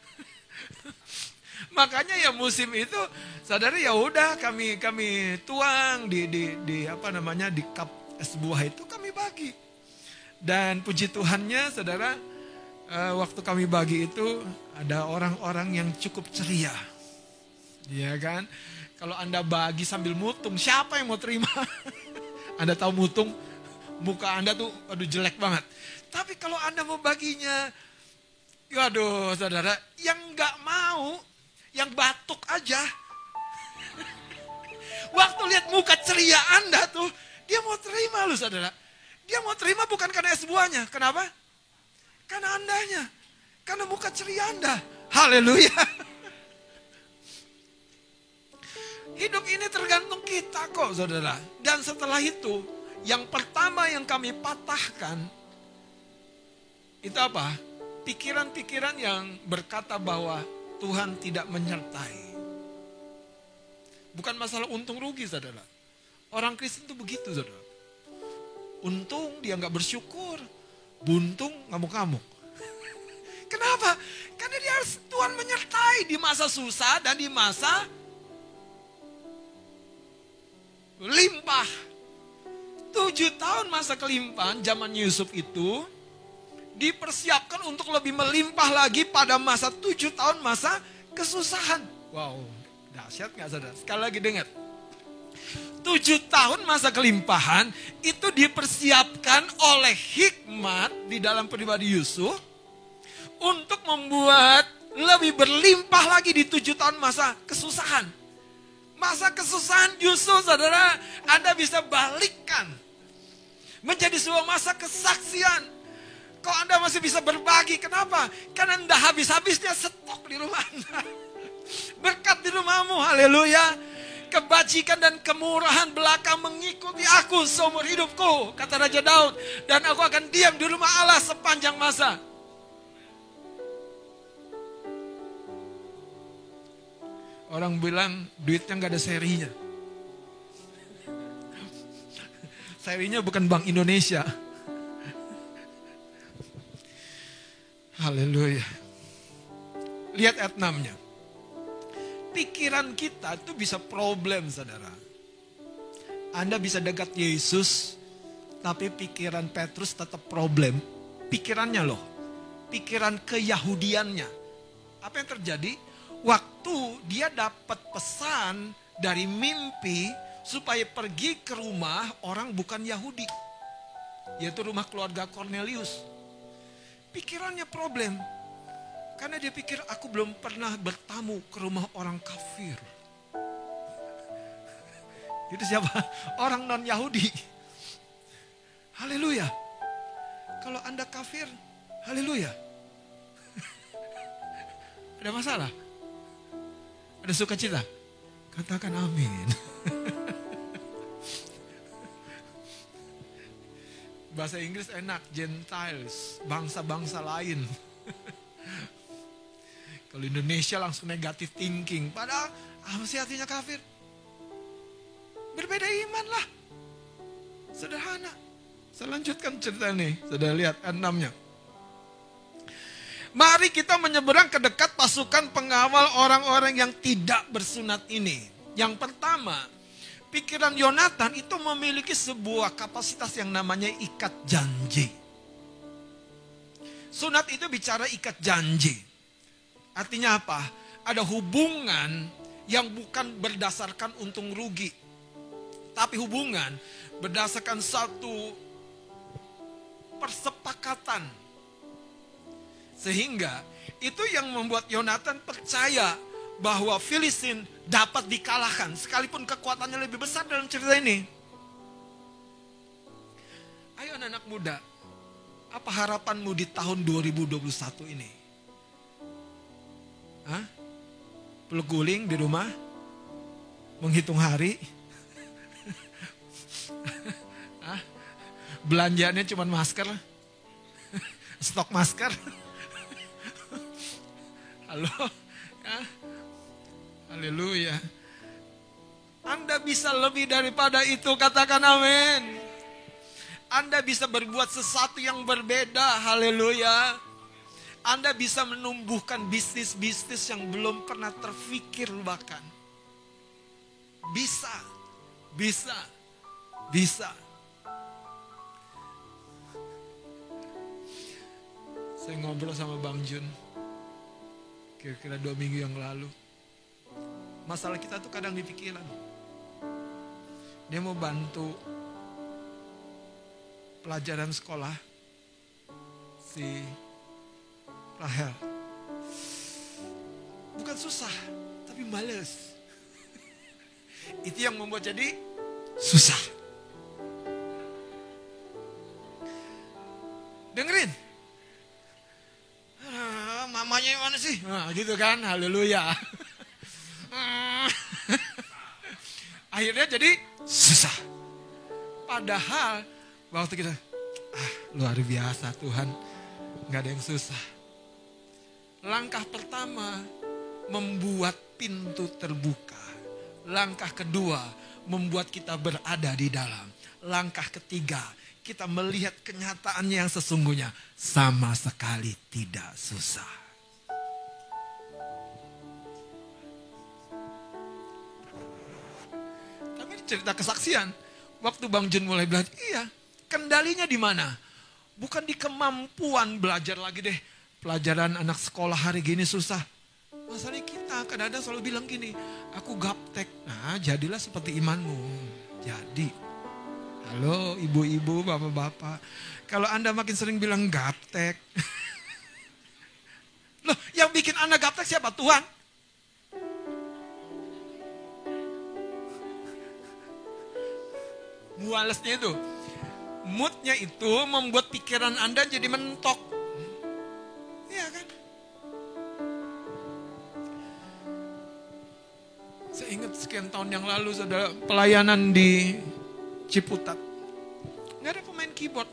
C: Makanya ya musim itu, saudara ya udah kami kami tuang di di di apa namanya di cup es buah itu kami bagi. Dan puji Tuhannya, saudara, uh, waktu kami bagi itu ada orang-orang yang cukup ceria, ya kan? Kalau Anda bagi sambil mutung, siapa yang mau terima? Anda tahu mutung, muka Anda tuh aduh jelek banget. Tapi kalau Anda mau baginya, waduh saudara, yang gak mau, yang batuk aja. Waktu lihat muka ceria Anda tuh, dia mau terima loh saudara. Dia mau terima bukan karena es buahnya. Kenapa? Karena Andanya. Karena muka ceria Anda. Haleluya. Hidup ini tergantung kita kok saudara. Dan setelah itu, yang pertama yang kami patahkan, itu apa? Pikiran-pikiran yang berkata bahwa Tuhan tidak menyertai. Bukan masalah untung rugi saudara. Orang Kristen itu begitu saudara. Untung dia gak bersyukur. Buntung ngamuk-ngamuk. Kenapa? Karena dia harus Tuhan menyertai di masa susah dan di masa limpah. Tujuh tahun masa kelimpahan zaman Yusuf itu dipersiapkan untuk lebih melimpah lagi pada masa tujuh tahun masa kesusahan. Wow, dahsyat gak saudara? Sekali lagi dengar. Tujuh tahun masa kelimpahan itu dipersiapkan oleh hikmat di dalam pribadi Yusuf untuk membuat lebih berlimpah lagi di tujuh tahun masa kesusahan. Masa kesusahan Yusuf saudara, Anda bisa balikkan menjadi sebuah masa kesaksian. Kok Anda masih bisa berbagi? Kenapa? Karena Anda habis-habisnya stok di rumah Anda. Berkat di rumahmu, haleluya. kebajikan dan kemurahan belaka mengikuti aku seumur hidupku, kata Raja Daud, dan aku akan diam di rumah Allah sepanjang masa. Orang bilang duitnya gak ada serinya. Serinya bukan Bank Indonesia. Haleluya. Lihat ayat enam-nya. Pikiran kita itu bisa problem, saudara. Anda bisa dekat Yesus, tapi pikiran Petrus tetap problem. Pikirannya loh. Pikiran keyahudiannya. Apa yang terjadi? Waktu dia dapat pesan dari mimpi supaya pergi ke rumah orang bukan Yahudi, yaitu rumah keluarga Cornelius. Pikirannya problem. Karena dia pikir aku belum pernah bertamu ke rumah orang kafir. Itu siapa? Orang non-Yahudi. Haleluya. Kalau Anda kafir, haleluya. Ada masalah? Ada sukacita? Katakan amin. Bahasa Inggris enak, Gentiles, bangsa-bangsa lain. Kalau Indonesia langsung negatif thinking. Padahal apa sih artinya kafir? Berbeda iman lah. Sederhana. Saya lanjutkan cerita ini. Sudah lihat enamnya. Mari kita menyeberang ke dekat pasukan pengawal orang-orang yang tidak bersunat ini. Yang pertama, pikiran Yonatan itu memiliki sebuah kapasitas yang namanya ikat janji. Sunat itu bicara ikat janji. Artinya apa? Ada hubungan yang bukan berdasarkan untung rugi. Tapi hubungan berdasarkan satu persepakatan. Sehingga itu yang membuat Yonatan percaya bahwa Filistin dapat dikalahkan. Sekalipun kekuatannya lebih besar dalam cerita ini. Ayo anak-anak muda. Apa harapanmu di tahun dua ribu dua puluh satu ini? Hah? Peluk guling di rumah? Menghitung hari? Hah? Belanjaannya cuma masker? Stok masker? Halo? Hah? Haleluya. Anda bisa lebih daripada itu, katakan amin. Anda bisa berbuat sesuatu yang berbeda, haleluya. Anda bisa menumbuhkan bisnis-bisnis yang belum pernah terfikir bahkan. Bisa, bisa, bisa. Saya ngobrol sama Bang Jun, kira-kira dua minggu yang lalu. Masalah kita tuh kadang di pikiran. Dia mau bantu pelajaran sekolah si Rahel. Bukan susah, tapi males. Itu yang membuat jadi susah. Dengerin. Ah, mamanya yang mana sih? Nah, gitu kan, haleluya. Akhirnya jadi susah. Padahal waktu kita, ah, luar biasa Tuhan, gak ada yang susah. Langkah pertama, membuat pintu terbuka. Langkah kedua, membuat kita berada di dalam. Langkah ketiga, kita melihat kenyataannya yang sesungguhnya. Sama sekali tidak susah. Cerita kesaksian, waktu Bang Jun mulai belajar, iya, kendalinya di mana? Bukan di kemampuan belajar lagi deh. Pelajaran anak sekolah hari gini susah. Masalahnya kita kadang-kadang selalu bilang gini, aku gaptek. Nah, jadilah seperti imanmu. Jadi, halo ibu-ibu, bapak-bapak, kalau Anda makin sering bilang gaptek, loh, yang bikin Anda gaptek siapa? Tuhan. Mualesnya itu, moodnya itu membuat pikiran Anda jadi mentok. Iya kan? Saya ingat sekian tahun yang lalu saudara pelayanan di Ciputat. Nggak ada pemain keyboard.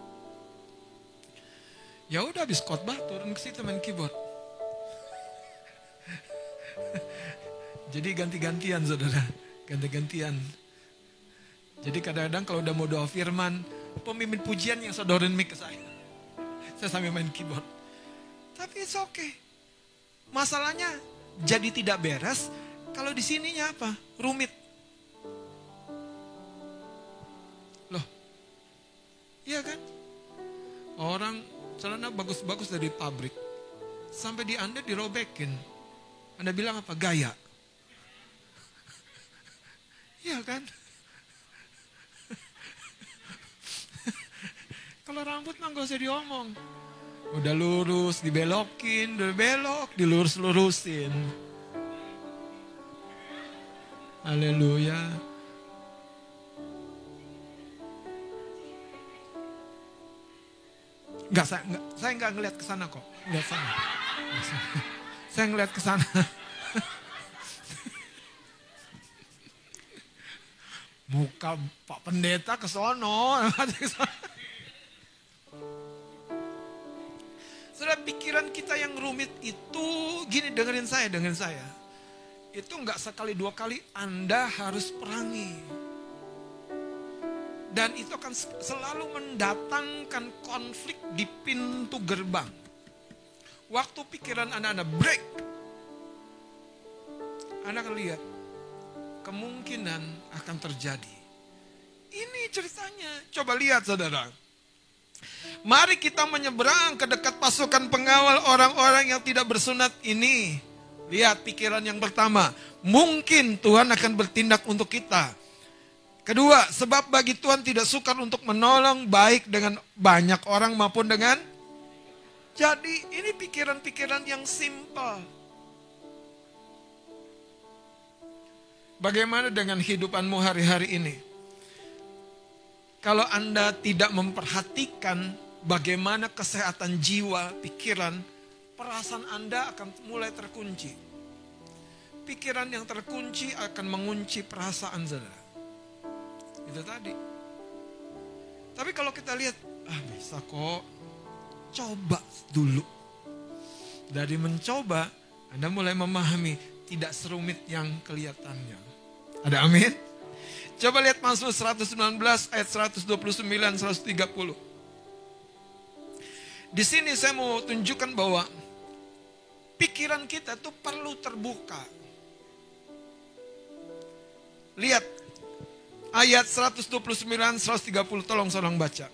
C: Ya udah habis khotbah turun ke situ main keyboard. Jadi ganti-gantian saudara, ganti-gantian. Jadi kadang-kadang kalau udah mau doa firman, pemimpin pujian yang sodorin mic ke saya. Saya sambil main keyboard. Tapi it's okay. Masalahnya jadi tidak beres kalau di sininya apa? Rumit. Loh. Iya kan? Orang celana bagus-bagus dari pabrik. Sampai di Anda dirobekin. Anda bilang apa? Gaya. Iya kan? Kalau rambut mah gak usah diomong. Udah lurus, dibelokin, udah belok, dilurus-lurusin. Haleluya. Enggak, saya enggak, saya enggak ngeliat ke sana kok. Enggak sana. Saya ngeliat ke sana. Muka Pak Pendeta ke sono. Saudara, pikiran kita yang rumit itu, gini dengerin saya, dengerin saya. Itu enggak sekali dua kali Anda harus perangi. Dan itu akan selalu mendatangkan konflik di pintu gerbang. Waktu pikiran Anda, Anda break. Anda akan lihat, kemungkinan akan terjadi. Ini ceritanya, coba lihat saudara. Mari kita menyeberang ke dekat pasukan pengawal orang-orang yang tidak bersunat ini. Lihat pikiran yang pertama, mungkin Tuhan akan bertindak untuk kita. Kedua, sebab bagi Tuhan tidak sukar untuk menolong baik dengan banyak orang maupun dengan. Jadi ini pikiran-pikiran yang simpel. Bagaimana dengan hidupanmu hari-hari ini? Kalau Anda tidak memperhatikan bagaimana kesehatan jiwa, pikiran, perasaan Anda akan mulai terkunci. Pikiran yang terkunci akan mengunci perasaan saudara. Itu tadi. Tapi kalau kita lihat, ah bisa kok, coba dulu. Dari mencoba, Anda mulai memahami tidak serumit yang kelihatannya. Ada amin? Coba lihat Mazmur seratus sembilan belas ayat seratus dua puluh sembilan sampai seratus tiga puluh. Di sini saya mau tunjukkan bahwa pikiran kita tuh perlu terbuka. Lihat ayat seratus dua puluh sembilan sampai seratus tiga puluh, tolong seorang baca.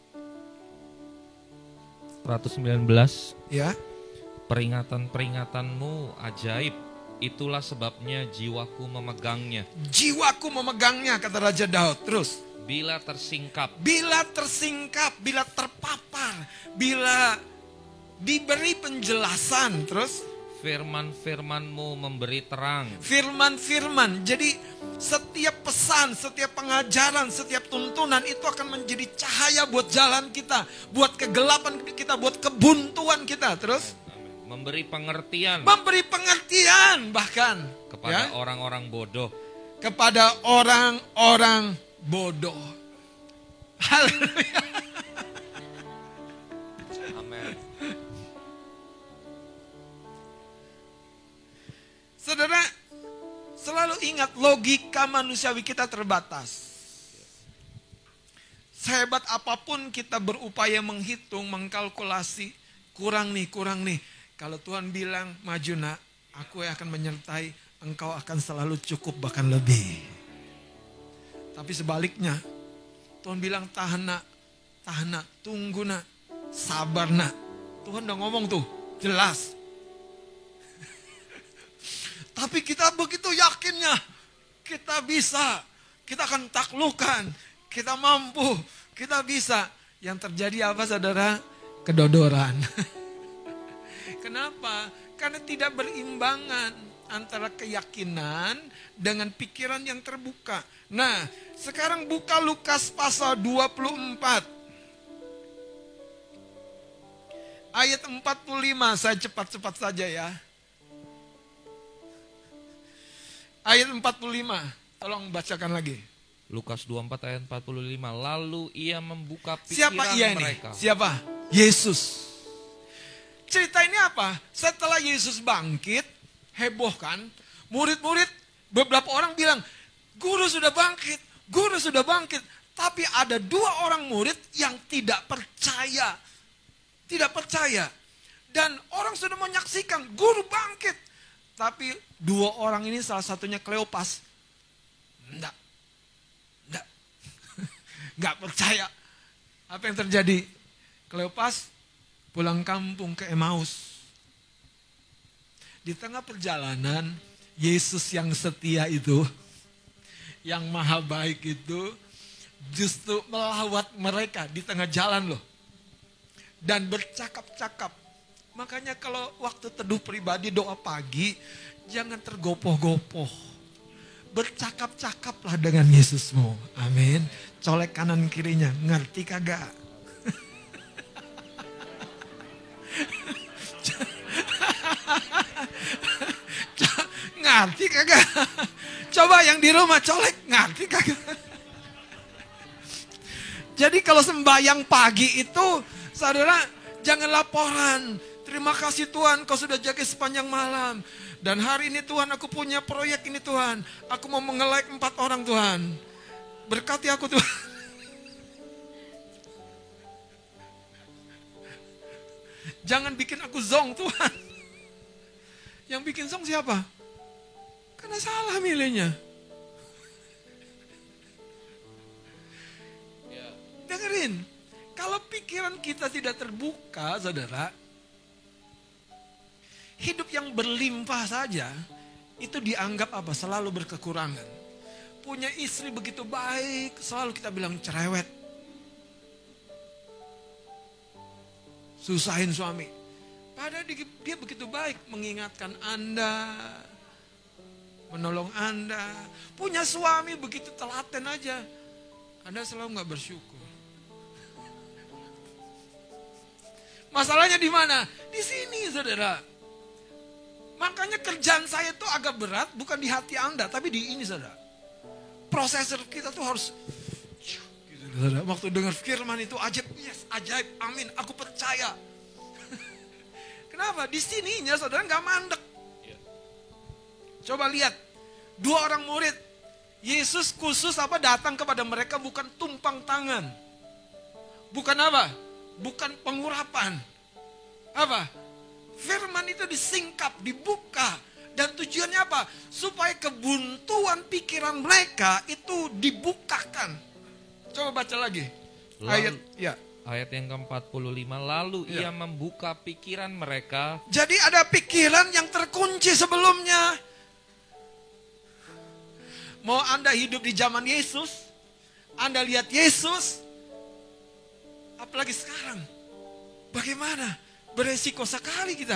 D: seratus sembilan belas.
C: Ya.
D: Peringatan-peringatanmu ajaib, itulah sebabnya jiwaku memegangnya.
C: Jiwaku memegangnya, kata Raja Daud. Terus.
D: Bila tersingkap.
C: Bila tersingkap, bila terpapar, bila diberi penjelasan. Terus.
D: Firman-firmanmu memberi terang.
C: Firman-firman. Jadi setiap pesan, setiap pengajaran, setiap tuntunan itu akan menjadi cahaya buat jalan kita. Buat kegelapan kita, buat kebuntuan kita. Terus.
D: Memberi pengertian.
C: Memberi pengertian bahkan.
D: Kepada
C: ya?
D: orang-orang bodoh.
C: Kepada orang-orang bodoh. Haleluya.
D: Amin.
C: Saudara, selalu ingat logika manusiawi kita terbatas. Sehebat apapun kita berupaya menghitung, mengkalkulasi, kurang nih, kurang nih. Kalau Tuhan bilang, maju nak, aku yang akan menyertai, engkau akan selalu cukup bahkan lebih. Tapi sebaliknya, Tuhan bilang tahan nak, tahan nak, tunggu nak, sabar nak. Tuhan udah ngomong tuh, jelas. Tapi kita begitu yakinnya, kita bisa, kita akan taklukkan, kita mampu, kita bisa. Yang terjadi apa saudara? Kedodoran. Kenapa? Karena tidak berimbangan antara keyakinan dengan pikiran yang terbuka. Nah, sekarang buka Lukas pasal dua puluh empat. Ayat empat puluh lima, saya cepat-cepat saja ya. ayat empat puluh lima. Tolong bacakan lagi.
D: Lukas dua puluh empat ayat empat puluh lima. Lalu ia membuka pikiran
C: Siapa ia ini?
D: mereka.
C: Siapa? Yesus. Cerita ini apa? Setelah Yesus bangkit, heboh kan? Murid-murid, beberapa orang bilang, guru sudah bangkit, guru sudah bangkit. Tapi ada dua orang murid yang tidak percaya. Tidak percaya. Dan orang sudah menyaksikan guru bangkit. Tapi dua orang ini salah satunya Kleopas. Enggak. Enggak. Enggak percaya. Apa yang terjadi? Kleopas pulang kampung ke Emmaus. Di tengah perjalanan, Yesus yang setia itu, yang maha baik itu, justru melawat mereka di tengah jalan loh. Dan bercakap-cakap. Makanya kalau waktu teduh pribadi doa pagi, jangan tergopoh-gopoh. Bercakap-cakaplah dengan Yesusmu. Amin. Colek kanan kirinya, ngerti kagak? Ngerti kagak? Coba yang di rumah colek, ngerti kagak? Jadi kalau sembahyang pagi itu, saudara, jangan laporan. Terima kasih Tuhan, kau sudah jaga sepanjang malam. Dan hari ini Tuhan, aku punya proyek ini Tuhan. Aku mau nge-like empat orang Tuhan. Berkati aku Tuhan. Jangan bikin aku zong Tuhan. Yang bikin zong siapa? Karena salah milihnya. Dengerin, kalau pikiran kita tidak terbuka, saudara, hidup yang berlimpah saja, itu dianggap apa? Selalu berkekurangan. Punya istri begitu baik, selalu kita bilang cerewet. Susahin suami. Padahal dia, dia begitu baik, mengingatkan Anda, menolong Anda. Punya suami begitu telaten aja, Anda selalu gak bersyukur. Masalahnya di mana? Di sini, saudara. Makanya kerjaan saya itu agak berat, bukan di hati Anda, tapi di ini, saudara. Prosesor kita tuh harus, gitu, saudara. Waktu dengar firman itu ajaib, yes, ajaib, amin, aku percaya. Kenapa? Di sininya, saudara, nggak mandek. Coba lihat, dua orang murid, Yesus khusus apa datang kepada mereka bukan tumpang tangan, bukan apa? Bukan pengurapan. Apa? Firman itu disingkap, dibuka. Dan tujuannya apa? Supaya kebuntuan pikiran mereka itu dibukakan. Coba baca lagi.
D: Lalu,
C: ayat ya.
D: Ayat yang ke empat puluh lima. Lalu
C: Ya.
D: ia membuka pikiran mereka.
C: Jadi ada pikiran yang terkunci sebelumnya. Mau Anda hidup di zaman Yesus, Anda lihat Yesus, apalagi sekarang, bagaimana? Beresiko sekali kita.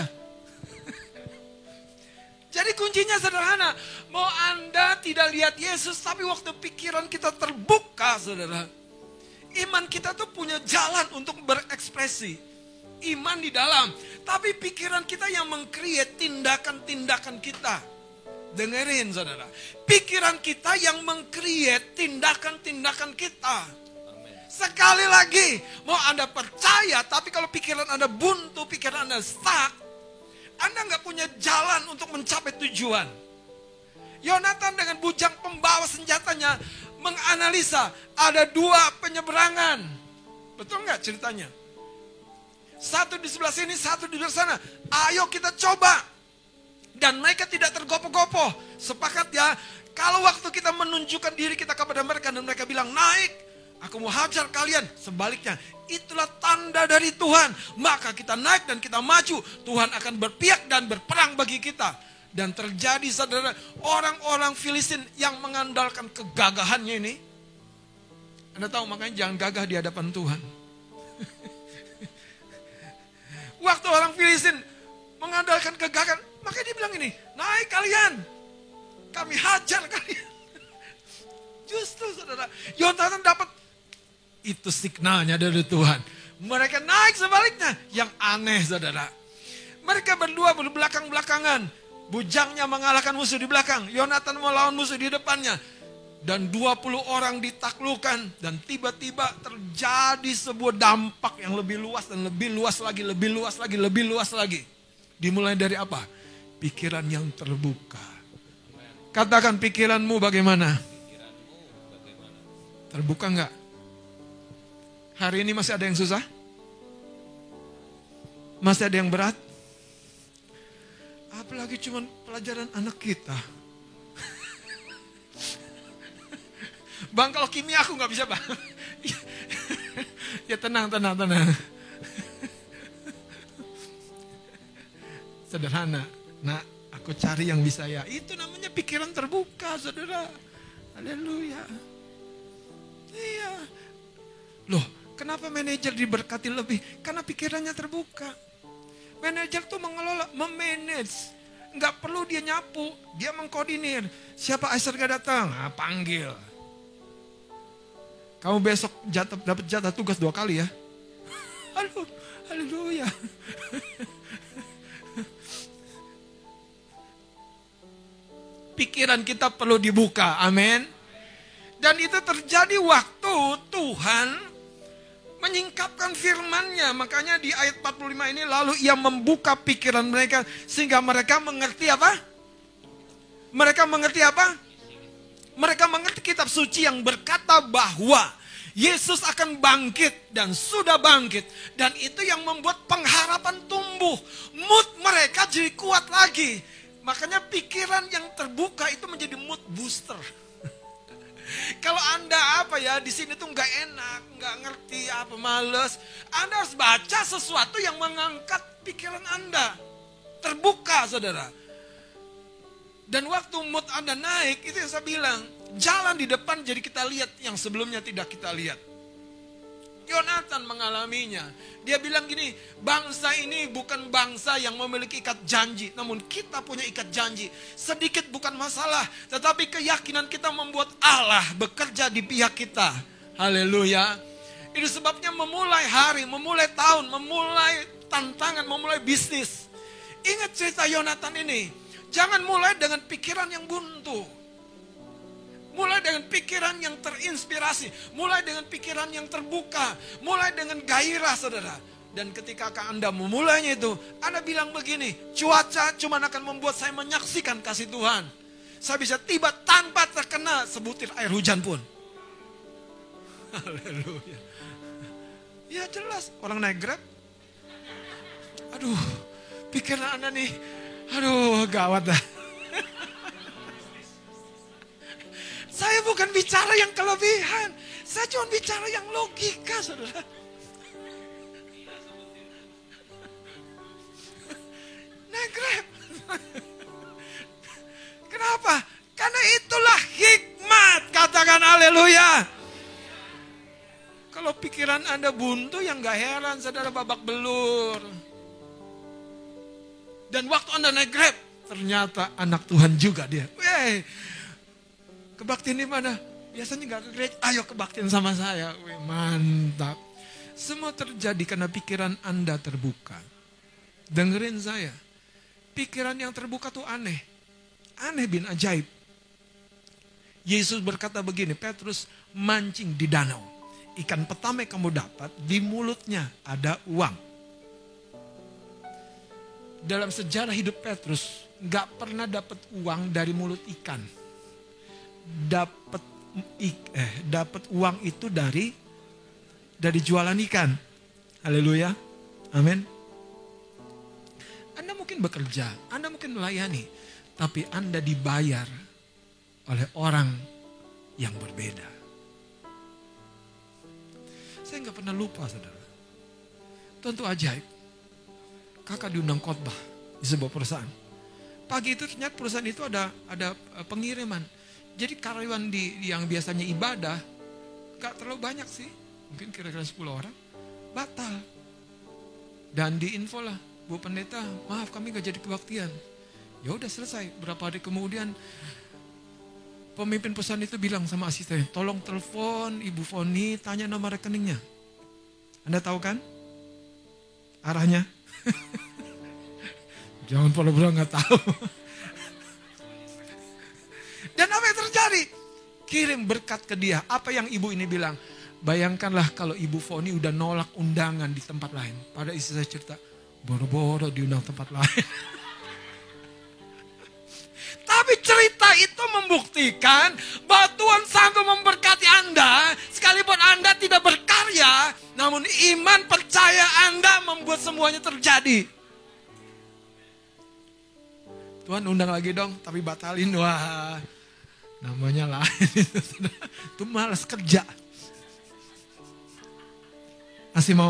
C: Jadi kuncinya sederhana. Mau Anda tidak lihat Yesus, tapi waktu pikiran kita terbuka, saudara. Iman kita tuh punya jalan untuk berekspresi. Iman di dalam. Tapi pikiran kita yang meng-create tindakan-tindakan kita. Dengerin, saudara. Pikiran kita yang meng-create tindakan-tindakan kita. Sekali lagi, mau Anda percaya, tapi kalau pikiran Anda buntu, pikiran Anda stuck, Anda nggak punya jalan untuk mencapai tujuan. Yonatan dengan bujang pembawa senjatanya menganalisa ada dua penyeberangan. Betul nggak ceritanya? Satu di sebelah sini, satu di sebelah sana. Ayo kita coba. Dan mereka tidak tergopoh-gopoh. Sepakat ya, kalau waktu kita menunjukkan diri kita kepada mereka dan mereka bilang naik, aku mau hajar kalian. Sebaliknya, itulah tanda dari Tuhan. Maka kita naik dan kita maju. Tuhan akan berpihak dan berperang bagi kita. Dan terjadi, saudara, orang-orang Filistin yang mengandalkan kegagahannya ini. Anda tahu, makanya jangan gagah di hadapan Tuhan. Waktu orang Filistin mengandalkan kegagahan, makanya dia bilang ini, naik kalian. Kami hajar kalian. Justru, saudara, Yonatan dapat itu signalnya dari Tuhan. Mereka naik sebaliknya. Yang aneh, saudara. Mereka berdua berbelakang-belakangan. Bujangnya mengalahkan musuh di belakang. Yonatan melawan musuh di depannya. Dan dua puluh orang ditaklukkan. Dan tiba-tiba terjadi sebuah dampak yang lebih luas dan lebih luas lagi, lebih luas lagi, lebih luas lagi. Dimulai dari apa? Pikiran yang terbuka. Katakan pikiranmu bagaimana? Terbuka enggak? Hari ini masih ada yang susah? Masih ada yang berat? Apalagi cuma pelajaran anak kita. Bang, kalau kimia aku nggak bisa, Bang. Ya tenang, tenang, tenang. Sederhana. Nah, aku cari yang bisa ya. Itu namanya pikiran terbuka, saudara. Haleluya. Iya. Loh, kenapa manajer diberkati lebih? Karena pikirannya terbuka. Manajer tuh mengelola, memanage. Nggak perlu dia nyapu, dia mengkoordinir. Siapa Aisyah gak datang? Nah, panggil. Kamu besok jatah, dapat jatah tugas dua kali ya. Halo, haleluya. Pikiran kita perlu dibuka, amin. Dan itu terjadi waktu Tuhan menyingkapkan firman-Nya. Makanya di ayat empat puluh lima ini lalu ia membuka pikiran mereka sehingga mereka mengerti apa? Mereka mengerti apa? Mereka mengerti kitab suci yang berkata bahwa Yesus akan bangkit dan sudah bangkit. Dan itu yang membuat pengharapan tumbuh. Mood mereka jadi kuat lagi. Makanya pikiran yang terbuka itu menjadi mood booster. Kalau Anda apa ya di sini tuh nggak enak, nggak ngerti apa males, Anda harus baca sesuatu yang mengangkat pikiran Anda. Terbuka, saudara. Dan waktu mood Anda naik, itu yang saya bilang, jalan di depan jadi kita lihat yang sebelumnya tidak kita lihat. Yonatan mengalaminya. Dia bilang gini, bangsa ini bukan bangsa yang memiliki ikat janji. Namun kita punya ikat janji. Sedikit bukan masalah. Tetapi keyakinan kita membuat Allah bekerja di pihak kita. Haleluya. Itu sebabnya memulai hari, memulai tahun, memulai tantangan, memulai bisnis. Ingat cerita Yonatan ini. Jangan mulai dengan pikiran yang buntu. Mulai dengan pikiran yang terinspirasi. Mulai dengan pikiran yang terbuka. Mulai dengan gairah, saudara. Dan ketika Anda memulainya itu, Anda bilang begini, cuaca cuma akan membuat saya menyaksikan kasih Tuhan. Saya bisa tiba tanpa terkena sebutir air hujan pun. Haleluya. Ya jelas, orang naik Grab. Aduh, pikiran Anda nih, aduh gawat dah. Saya bukan bicara yang kelebihan. Saya cuma bicara yang logika, saudara. Naik Grab. Kenapa? Karena itulah hikmat. Katakan haleluya. Kalau pikiran Anda buntu, yang gak heran, saudara, babak belur. Dan waktu Anda naik Grab, ternyata anak Tuhan juga dia. Wey. Kebaktian di mana? Biasanya gak ke gereja, ayo kebaktian sama saya. Wih, mantap. Semua terjadi karena pikiran Anda terbuka. Dengerin saya. Pikiran yang terbuka tuh aneh. Aneh bin ajaib. Yesus berkata begini, Petrus mancing di danau. Ikan pertama yang kamu dapat, di mulutnya ada uang. Dalam sejarah hidup Petrus, gak pernah dapat uang dari mulut ikan. Dapat eh, dapat uang itu dari dari jualan ikan. Haleluya. Amin. Anda mungkin bekerja, Anda mungkin melayani, tapi Anda dibayar oleh orang yang berbeda. Saya nggak pernah lupa, saudara. Tentu ajaib. Kakak diundang khotbah di sebuah perusahaan. Pagi itu ternyata perusahaan itu ada ada pengiriman. Jadi karyawan di yang biasanya ibadah, gak terlalu banyak sih, mungkin kira-kira sepuluh orang, batal. Dan diinfo lah, Bu Pendeta, maaf kami gak jadi kebaktian. Ya udah selesai. Berapa hari kemudian, pemimpin perusahaan itu bilang sama asisten, tolong telepon Ibu Foni, tanya nomor rekeningnya. Anda tahu kan? Arahnya? Jangan pura-pura nggak tahu. Dan apa yang terjadi? Kirim berkat ke dia. Apa yang ibu ini bilang? Bayangkanlah kalau ibu Foni udah nolak undangan di tempat lain. Pada istri saya cerita, boro-boro diundang tempat lain. Tapi cerita itu membuktikan bahwa Tuhan sanggup memberkati Anda. Sekalipun Anda tidak berkarya, namun iman percaya Anda membuat semuanya terjadi. Tuhan undang lagi dong, tapi batalin. Wah, namanya lain. Itu malas kerja. Masih mau?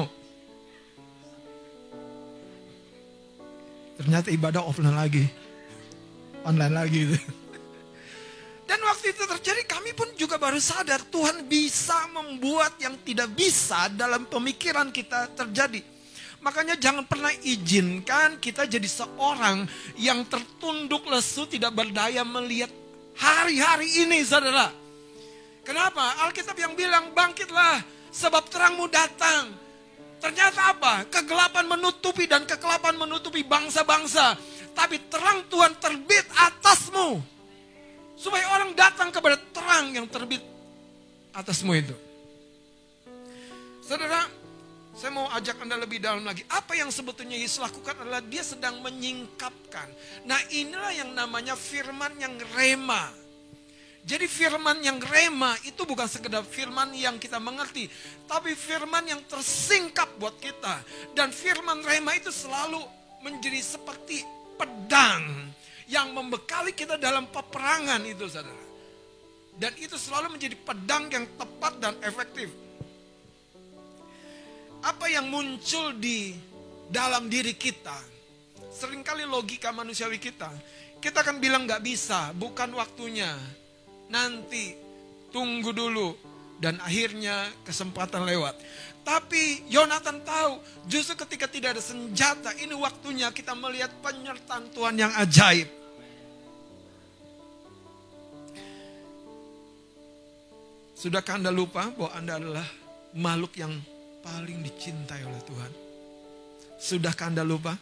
C: Ternyata ibadah offline lagi. Online lagi. Dan waktu itu terjadi, kami pun juga baru sadar Tuhan bisa membuat yang tidak bisa dalam pemikiran kita terjadi. Makanya jangan pernah izinkan kita jadi seorang yang tertunduk lesu, tidak berdaya melihat hari-hari ini, saudara. Kenapa? Alkitab yang bilang bangkitlah sebab terangmu datang. Ternyata apa? Kegelapan menutupi dan kekelapan menutupi bangsa-bangsa. Tapi terang Tuhan terbit atasmu. Supaya orang datang kepada terang yang terbit atasmu itu. Saudara, saya mau ajak Anda lebih dalam lagi. Apa yang sebetulnya Yesus lakukan adalah dia sedang menyingkapkan. Nah, inilah yang namanya firman yang rema. Jadi firman yang rema itu bukan sekedar firman yang kita mengerti. Tapi firman yang tersingkap buat kita. Dan firman rema itu selalu menjadi seperti pedang yang membekali kita dalam peperangan itu, saudara. Dan itu selalu menjadi pedang yang tepat dan efektif. Apa yang muncul di dalam diri kita, seringkali logika manusiawi kita, kita akan bilang gak bisa, bukan waktunya, nanti, tunggu dulu, dan akhirnya kesempatan lewat. Tapi Yonatan tahu, justru ketika tidak ada senjata, ini waktunya kita melihat penyertaan Tuhan yang ajaib. Sudahkah Anda lupa bahwa Anda adalah makhluk yang paling dicintai oleh Tuhan? Sudahkah Anda lupa?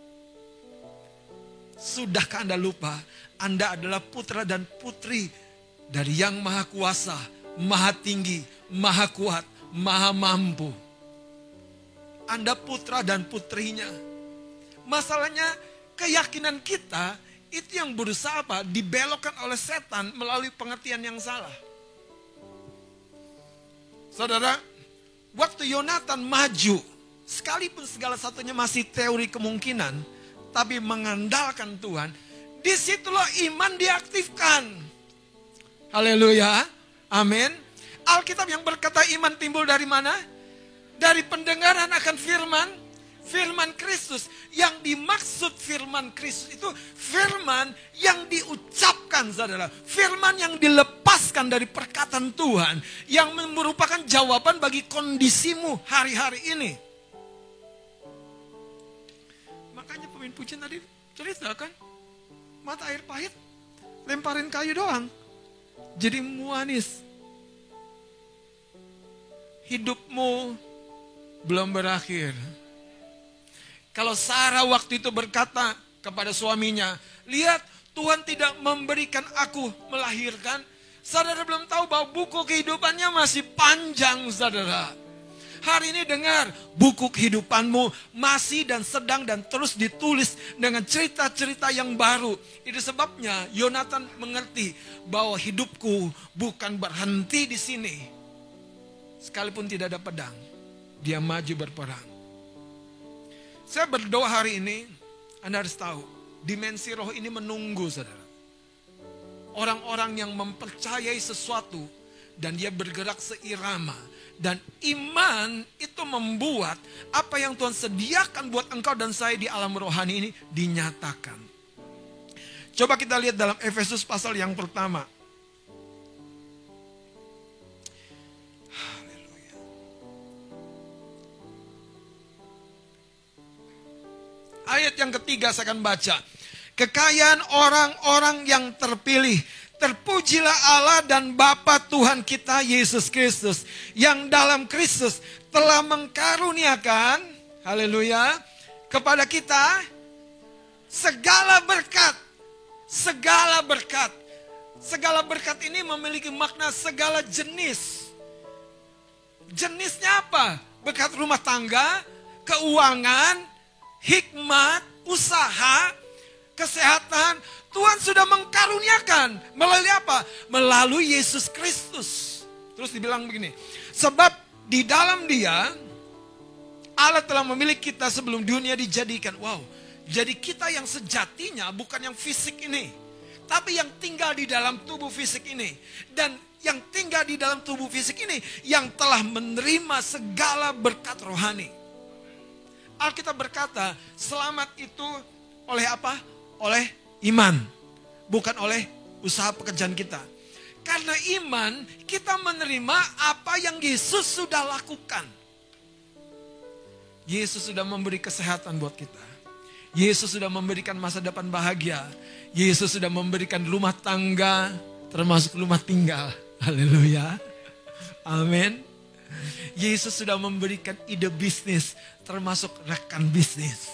C: Sudahkah Anda lupa Anda adalah putra dan putri dari Yang Maha Kuasa, Maha Tinggi, Maha Kuat, Maha Mampu. Anda putra dan putrinya. Masalahnya keyakinan kita itu yang berusaha apa? Dibelokkan oleh setan melalui pengertian yang salah. Saudara, waktu Yonatan maju, sekalipun segala satunya masih teori kemungkinan, tapi mengandalkan Tuhan, disitulah iman diaktifkan. Haleluya, amin. Alkitab yang berkata iman timbul dari mana? Dari pendengaran akan firman, firman Kristus. Yang dimaksud firman Kristus itu firman yang diucapkan, saudara. Firman yang dilepaskan dari perkataan Tuhan, yang merupakan jawaban bagi kondisimu hari-hari ini. Makanya pemimpin pujian tadi cerita kan, mata air pahit, lemparin kayu doang, jadi manis. Hidupmu belum berakhir. Kalau Sarah waktu itu berkata kepada suaminya, lihat Tuhan tidak memberikan aku melahirkan. Saudara belum tahu bahwa buku kehidupannya masih panjang, saudara. Hari ini dengar, buku kehidupanmu masih dan sedang dan terus ditulis dengan cerita-cerita yang baru. Itu sebabnya Yonatan mengerti bahwa hidupku bukan berhenti di sini. Sekalipun tidak ada pedang, dia maju berperang. Saya berdoa hari ini, Anda harus tahu, dimensi roh ini menunggu, saudara. Orang-orang yang mempercayai sesuatu, dan dia bergerak seirama. Dan iman itu membuat apa yang Tuhan sediakan buat engkau dan saya di alam rohani ini dinyatakan. Coba kita lihat dalam Efesus pasal yang pertama. Ayat yang ketiga saya akan baca. Kekayaan orang-orang yang terpilih. Terpujilah Allah dan Bapa Tuhan kita Yesus Kristus. Yang dalam Kristus telah mengkaruniakan, haleluya, kepada kita Segala berkat, segala berkat, segala berkat ini memiliki makna segala jenis. Jenisnya apa? Berkat rumah tangga, keuangan, hikmat, usaha, kesehatan. Tuhan sudah mengkaruniakan. Melalui apa? Melalui Yesus Kristus. Terus dibilang begini, sebab di dalam Dia, Allah telah memilih kita sebelum dunia dijadikan. Wow, jadi kita yang sejatinya bukan yang fisik ini, tapi yang tinggal di dalam tubuh fisik ini. Dan yang tinggal di dalam tubuh fisik ini, yang telah menerima segala berkat rohani. Alkitab berkata, selamat itu oleh apa? Oleh iman, bukan oleh usaha pekerjaan kita. Karena iman, kita menerima apa yang Yesus sudah lakukan. Yesus sudah memberi kesehatan buat kita. Yesus sudah memberikan masa depan bahagia. Yesus sudah memberikan rumah tangga, termasuk rumah tinggal. Haleluya. Amin. Yesus sudah memberikan ide bisnis, termasuk rekan bisnis.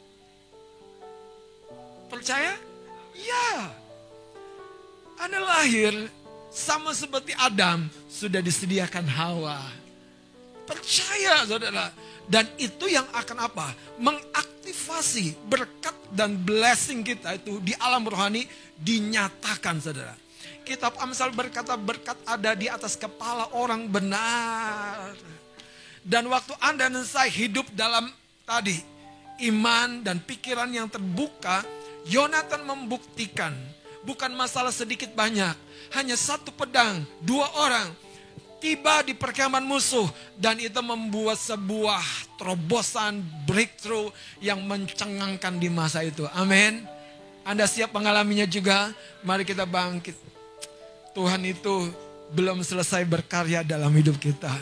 C: Percaya? Ya. Anda lahir sama seperti Adam, sudah disediakan Hawa. Percaya saudara. Dan itu yang akan apa? Mengaktifasi berkat dan blessing kita itu di alam rohani dinyatakan saudara. Kitab Amsal berkata berkat ada di atas kepala orang benar. Dan waktu Anda dan saya hidup dalam tadi iman dan pikiran yang terbuka, Yonatan membuktikan bukan masalah sedikit banyak, hanya satu pedang, dua orang tiba di perkemahan musuh dan itu membuat sebuah terobosan breakthrough yang mencengangkan di masa itu. Amin. Anda siap mengalaminya juga? Mari kita bangkit. Tuhan itu belum selesai berkarya dalam hidup kita.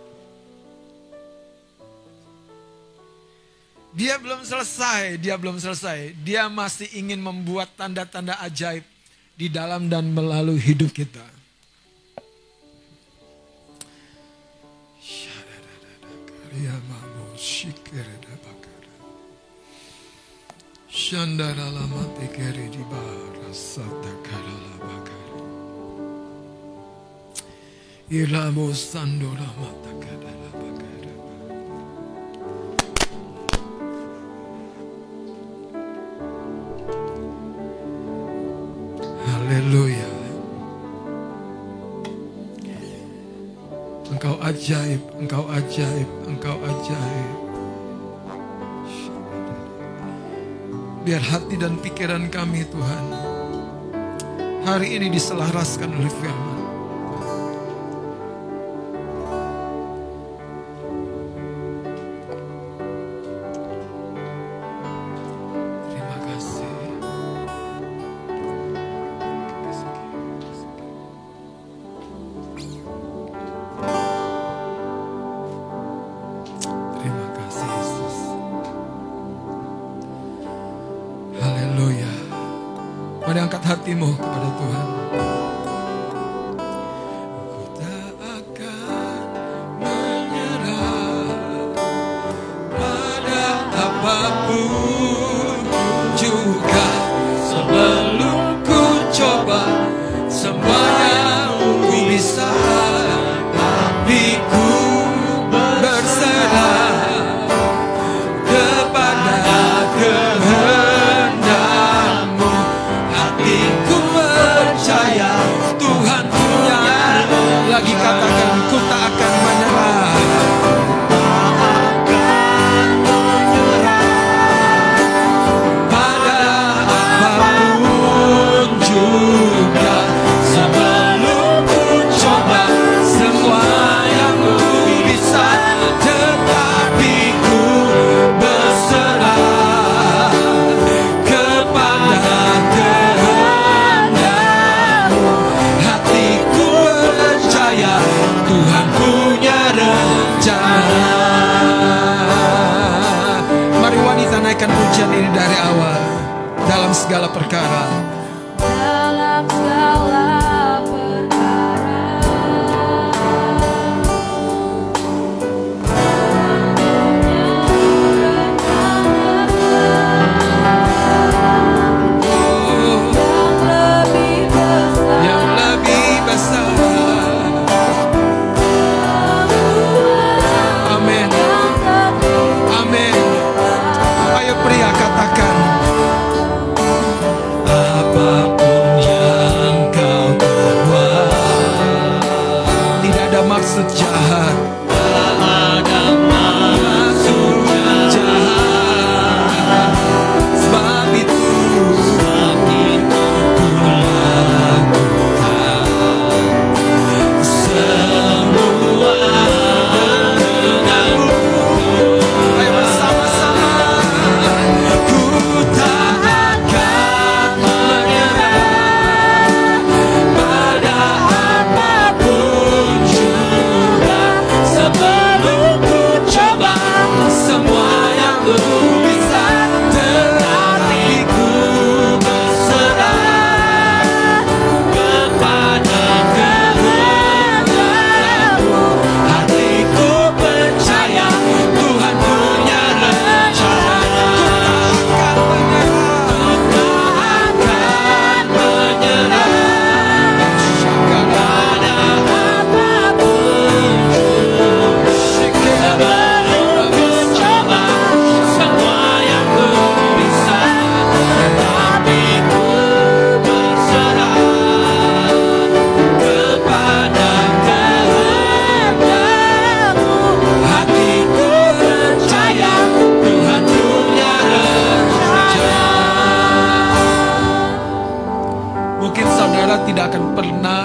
C: Dia belum selesai, dia belum selesai. Dia masih ingin membuat tanda-tanda ajaib di dalam dan melalui hidup kita. Shandara lama tekeri di bara satakara labakara. Ilamo sandora matakara labakara. Haleluya. Engkau ajaib, engkau ajaib, engkau ajaib. Biar hati dan pikiran kami Tuhan hari ini diselaraskan oleh firman. Terima kasih. Terima kasih Yesus. Haleluya. Mari angkat hatimu kepada Tuhan. Ku tak akan menyerah pada apapun juga. Sebelum ku coba semuanya ku bisa, tapi ku berserah kepada kehendak-Mu. Hatiku percaya Tuhan punya. Lagi katakan, ku tak akan menyerah. Pada apapun juga. Sebelum ku coba semua yang ku bisa, tetapi ku berserah kepada kehendak-Mu. Hatiku percaya Tuhan punya rencana. Mari wanita naikkan pujian ini dari awal. Dalam segala perkara,
A: Dalam segala perkara, Tuhan punya rencana.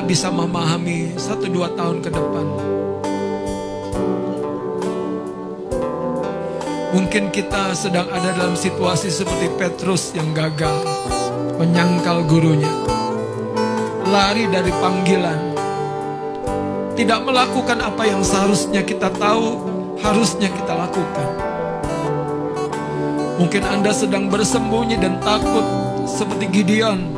C: tidak bisa memahami satu dua tahun ke depan. Mungkin kita sedang ada dalam situasi seperti Petrus yang gagal menyangkal gurunya, lari dari panggilan, tidak melakukan apa yang seharusnya kita tahu harusnya kita lakukan. Mungkin Anda sedang bersembunyi dan takut seperti Gideon.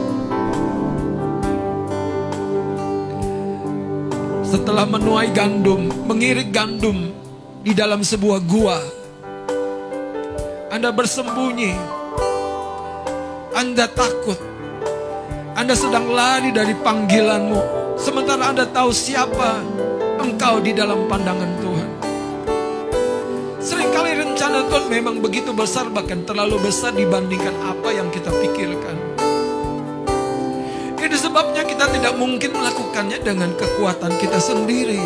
C: Setelah menuai gandum, mengirik gandum di dalam sebuah gua, Anda bersembunyi, Anda takut, Anda sedang lari dari panggilanmu, sementara Anda tahu siapa engkau di dalam pandangan Tuhan. Seringkali rencana Tuhan memang begitu besar, bahkan terlalu besar dibandingkan apa yang kita pikirkan. Ini sebabnya kita tidak mungkin melakukannya dengan kekuatan kita sendiri.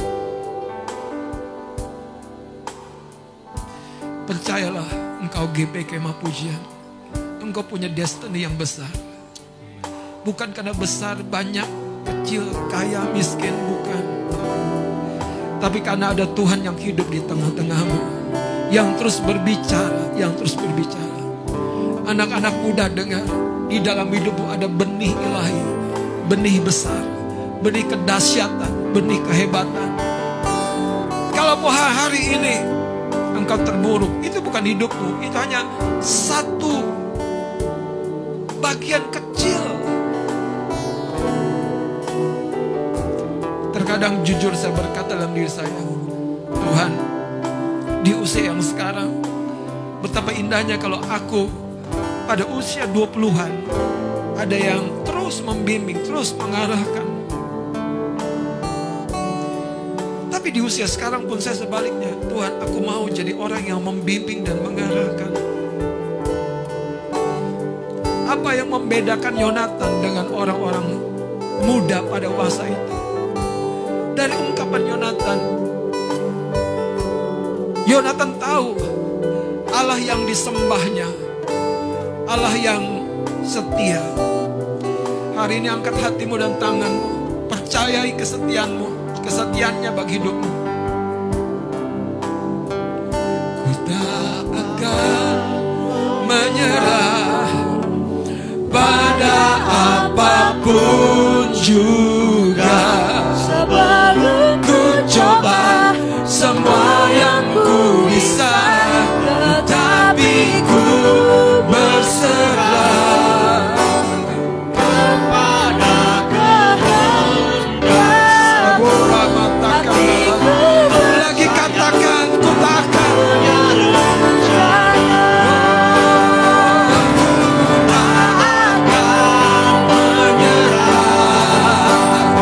C: Percayalah, engkau G P Kemah Pujian, engkau punya destiny yang besar. Bukan karena besar, banyak, kecil, kaya, miskin, bukan. Tapi karena ada Tuhan yang hidup di tengah-tengahmu, yang terus berbicara, yang terus berbicara. Anak-anak muda dengar, di dalam hidupmu ada benih ilahi, benih besar, benih kedahsyatan, benih kehebatan. Kalau hari ini engkau terburuk, itu bukan hidupmu, itu hanya satu bagian kecil. Terkadang jujur saya berkata dalam diri saya, Tuhan, di usia yang sekarang, betapa indahnya kalau aku pada usia dua puluhan ada yang terus membimbing, terus mengarahkan. Tapi di usia sekarang pun saya sebaliknya, Tuhan, aku mau jadi orang yang membimbing dan mengarahkan. Apa yang membedakan Yonatan dengan orang-orang muda pada masa itu? Dari ungkapan Yonatan, Yonatan tahu Allah yang disembahnya, Allah yang setia. Hari ini angkat hatimu dan tanganmu, percayai kesetiaanmu, kesetiaannya bagi hidupmu. Ku tak akan menyerah pada apapun juga.
B: Sebelum
C: Ku coba semua yang ku bisa, tapi ku berserah
B: kepada kehendak
C: Sabora matakan. Lagi katakan, ku takkan
B: rencana
C: akan menyerah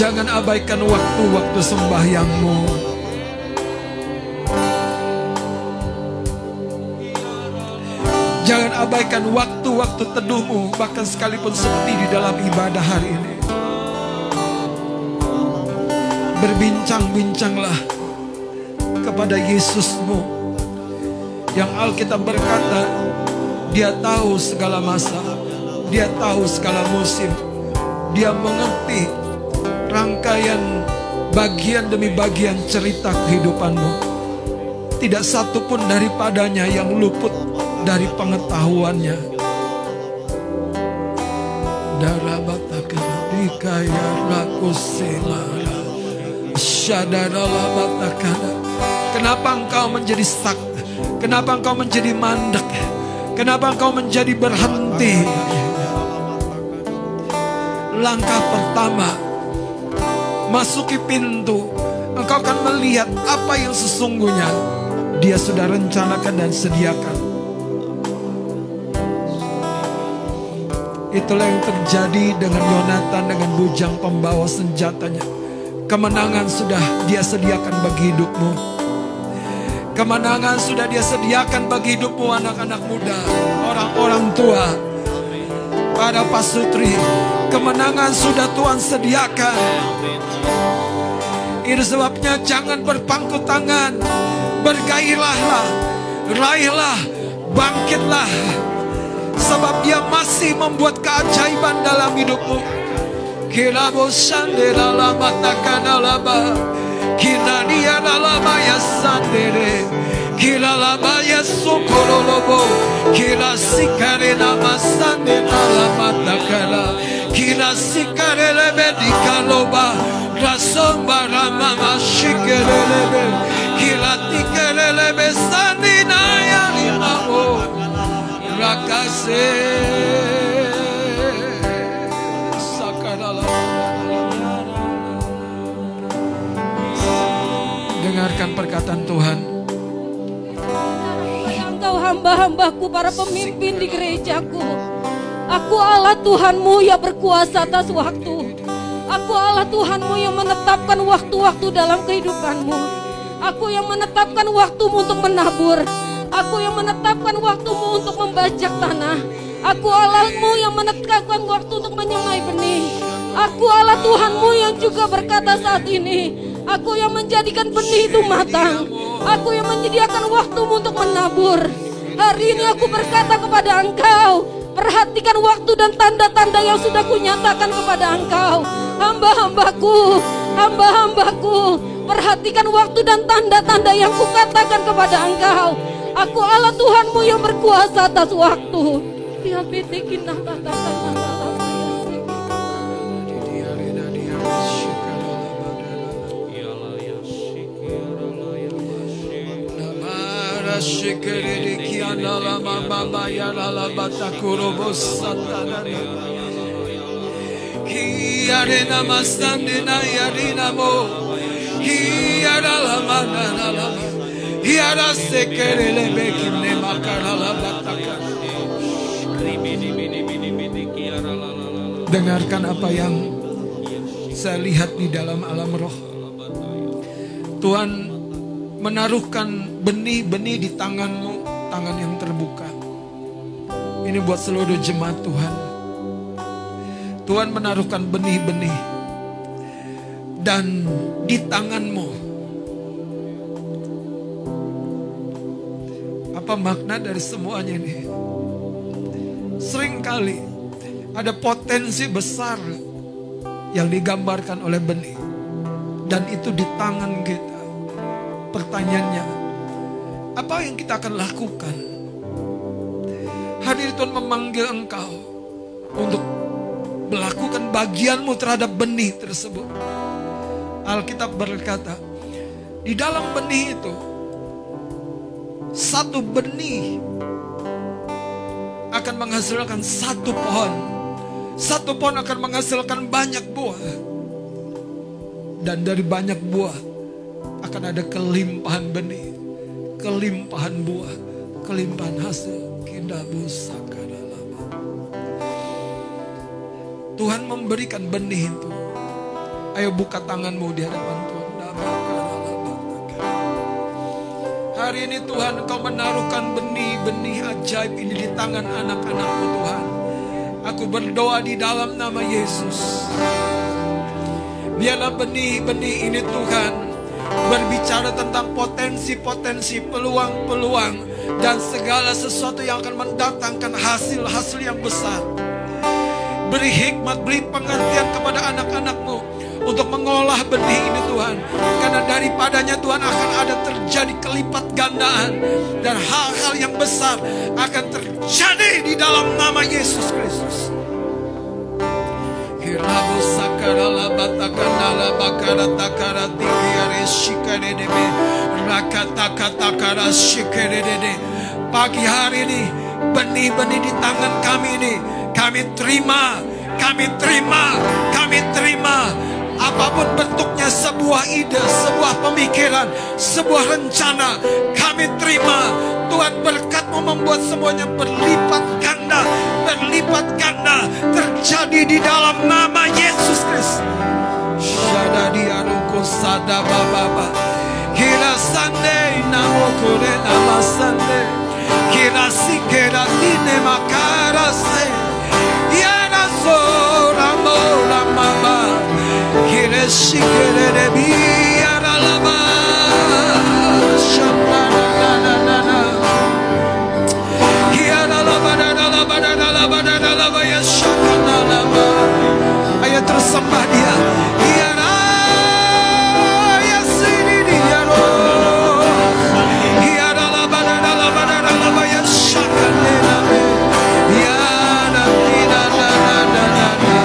C: Jangan abaikan waktu-waktu sembahyangmu. Jangan abaikan waktu-waktu teduhmu, bahkan sekalipun seperti di dalam ibadah hari ini. Berbincang-bincanglah kepada Yesusmu, yang Alkitab berkata, Dia tahu segala masa, Dia tahu segala musim, Dia mengerti rangkaian bagian demi bagian cerita kehidupanmu. Tidak satu pun daripadanya yang luput dari pengetahuannya. Darabatakan dikaya rakuselara syadarabatakana. Kenapa engkau menjadi stuck? Kenapa engkau menjadi mandek? Kenapa engkau menjadi berhenti? Langkah pertama, masuki pintu. Engkau akan melihat apa yang sesungguhnya Dia sudah rencanakan dan sediakan. Itulah yang terjadi dengan Yonatan, dengan bujang pembawa senjatanya. Kemenangan sudah Dia sediakan bagi hidupmu. Kemenangan sudah Dia sediakan bagi hidupmu, anak-anak muda, orang-orang tua, para pasutri. Kemenangan sudah Tuhan sediakan. Itu sebabnya jangan berpangku tangan. Bergairahlah, raihlah, bangkitlah. Sebab Dia masih membuat keajaiban dalam hidupmu. Kila bosandera lama takkan alaba, kila dia lama ya sandere, kila lama ya sukololobo, kila sikare nama sandera lama takala, kila sikare lebe dikaloba, rasomba rama mashikere lebe, kila tikere lebe sandina ya linamo, rakase. Dengarkan perkataan Tuhan.
B: Engkau hamba-hambaku, para pemimpin di gerejaku. Aku Allah Tuhanmu yang berkuasa atas waktu. Aku Allah Tuhanmu yang menetapkan waktu-waktu dalam kehidupanmu. Aku yang menetapkan waktumu untuk menabur. Aku yang menetapkan waktumu untuk membajak tanah. Aku Allahmu yang menetapkan waktu untuk menyemai benih. Aku Allah Tuhanmu yang juga berkata saat ini, aku yang menjadikan benih itu matang. Aku yang menyediakan waktumu untuk menabur. Hari ini aku berkata kepada engkau, perhatikan waktu dan tanda-tanda yang sudah kunyatakan kepada engkau. Hamba-hambaku, hamba-hambaku, perhatikan waktu dan tanda-tanda yang kukatakan kepada engkau. Aku Allah Tuhanmu yang berkuasa atas waktu. Dia betikin nata-nata.
C: Shikere kiana la mama maya la la batakuro bosatana. Kiarena masande na yarina mo. Kiara la mana la la. Kiara sekere le bekine makara la bataka. Dengarkan apa yang saya lihat di dalam alam roh. Tuhan menaruhkan benih-benih di tanganmu, tangan yang terbuka. Ini buat seluruh jemaat Tuhan. Tuhan menaruhkan benih-benih dan di tanganmu. Apa makna dari semuanya ini? Seringkali ada potensi besar yang digambarkan oleh benih, dan itu di tangan kita. Pertanyaannya, apa yang kita akan lakukan? Hari ini Tuhan memanggil engkau untuk melakukan bagianmu terhadap benih tersebut. Alkitab berkata, di dalam benih itu, satu benih akan menghasilkan satu pohon. Satu pohon akan menghasilkan banyak buah. Dan dari banyak buah akan ada kelimpahan benih, kelimpahan buah, kelimpahan hasil. Tuhan memberikan benih itu Ayo buka tanganmu di hadapan Tuhan. Hari ini Tuhan, Engkau menaruhkan benih-benih ajaib ini di tangan anak-anak-Mu Tuhan. Aku berdoa di dalam nama Yesus. Biarlah benih-benih ini Tuhan berbicara tentang potensi-potensi, peluang-peluang, dan segala sesuatu yang akan mendatangkan hasil-hasil yang besar. Beri hikmat, beri pengertian kepada anak-anak-Mu untuk mengolah benih ini Tuhan. Karena daripadanya Tuhan akan ada terjadi kelipat gandaan. Dan hal-hal yang besar akan terjadi di dalam nama Yesus Kristus. Hirabu sakarala batakanala bakara takara tigiare shikarede rakatatakara shikarede. Pagi hari ini benih-benih di tangan kami ini kami terima, kami terima, kami terima. Apapun bentuknya, sebuah ide, sebuah pemikiran, sebuah rencana, kami terima. Tuhan, berkat-Mu membuat semuanya berlipat ganda, berlipat ganda terjadi di dalam nama Yesus Kristus. Shadadi aruko sada baba, kira sande namo kore nama sande, kira sikera tine makarase, yana so ramo ramaba. Kire shikere de biara lava shamana na na na kiara lava na lava na lava na lava ya shakana lava. Ayo terus sembah Dia. Kiara ya sini dia ro. Kiara lava na lava na lava ya shakana lava. Ya na na na na na na.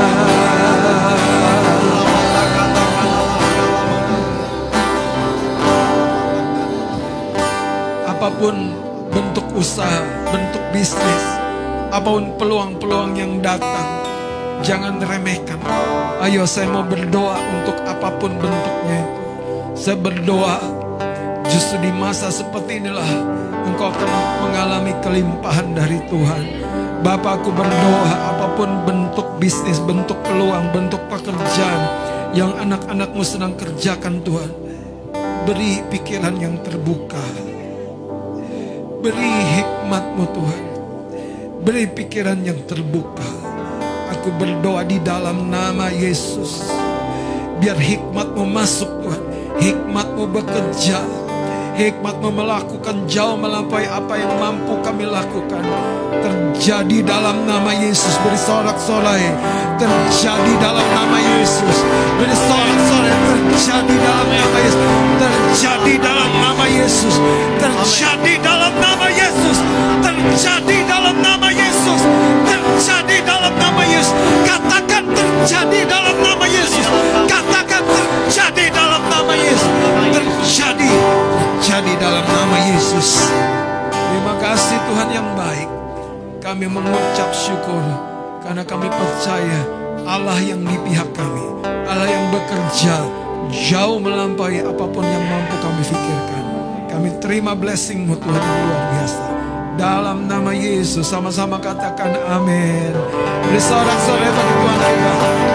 C: Apapun bentuk usaha, bentuk bisnis, apapun peluang-peluang yang datang, jangan remehkan. Ayo saya mau berdoa untuk apapun bentuknya itu. Saya berdoa justru di masa seperti inilah engkau akan mengalami kelimpahan dari Tuhan. Bapa, aku berdoa apapun bentuk bisnis, bentuk peluang, bentuk pekerjaan yang anak-anak-Mu sedang kerjakan Tuhan, beri pikiran yang terbuka. Beri hikmat-Mu Tuhan. Beri pikiran yang terbuka. Aku berdoa di dalam nama Yesus. Biar hikmat-Mu masuk Tuhan. Hikmat-Mu bekerja. Hikmat-Mu melakukan jauh melampaui apa yang mampu kami lakukan. Terjadi dalam nama Yesus. Beri sorak-sorai. Terjadi dalam nama Yesus. Beri sorak-sorai. Terjadi dalam nama Yesus. Terjadi dalam nama Yesus. Terjadi dalam nama Yesus. Terjadi dalam nama Yesus. Terjadi dalam nama Yesus. Katakan terjadi dalam nama Yesus. Katakan terjadi dalam nama Yesus. Terjadi. Terjadi dalam nama Yesus. Terima kasih Tuhan yang baik. Kami mengucap syukur karena kami percaya Allah yang di pihak kami, Allah yang bekerja jauh melampaui apapun yang mampu kami pikirkan. Kami terima blessing-Mu Tuhan yang luar biasa. Dalam nama Yesus sama-sama katakan amin. Beri sorak-sorai bagi Tuhan kita.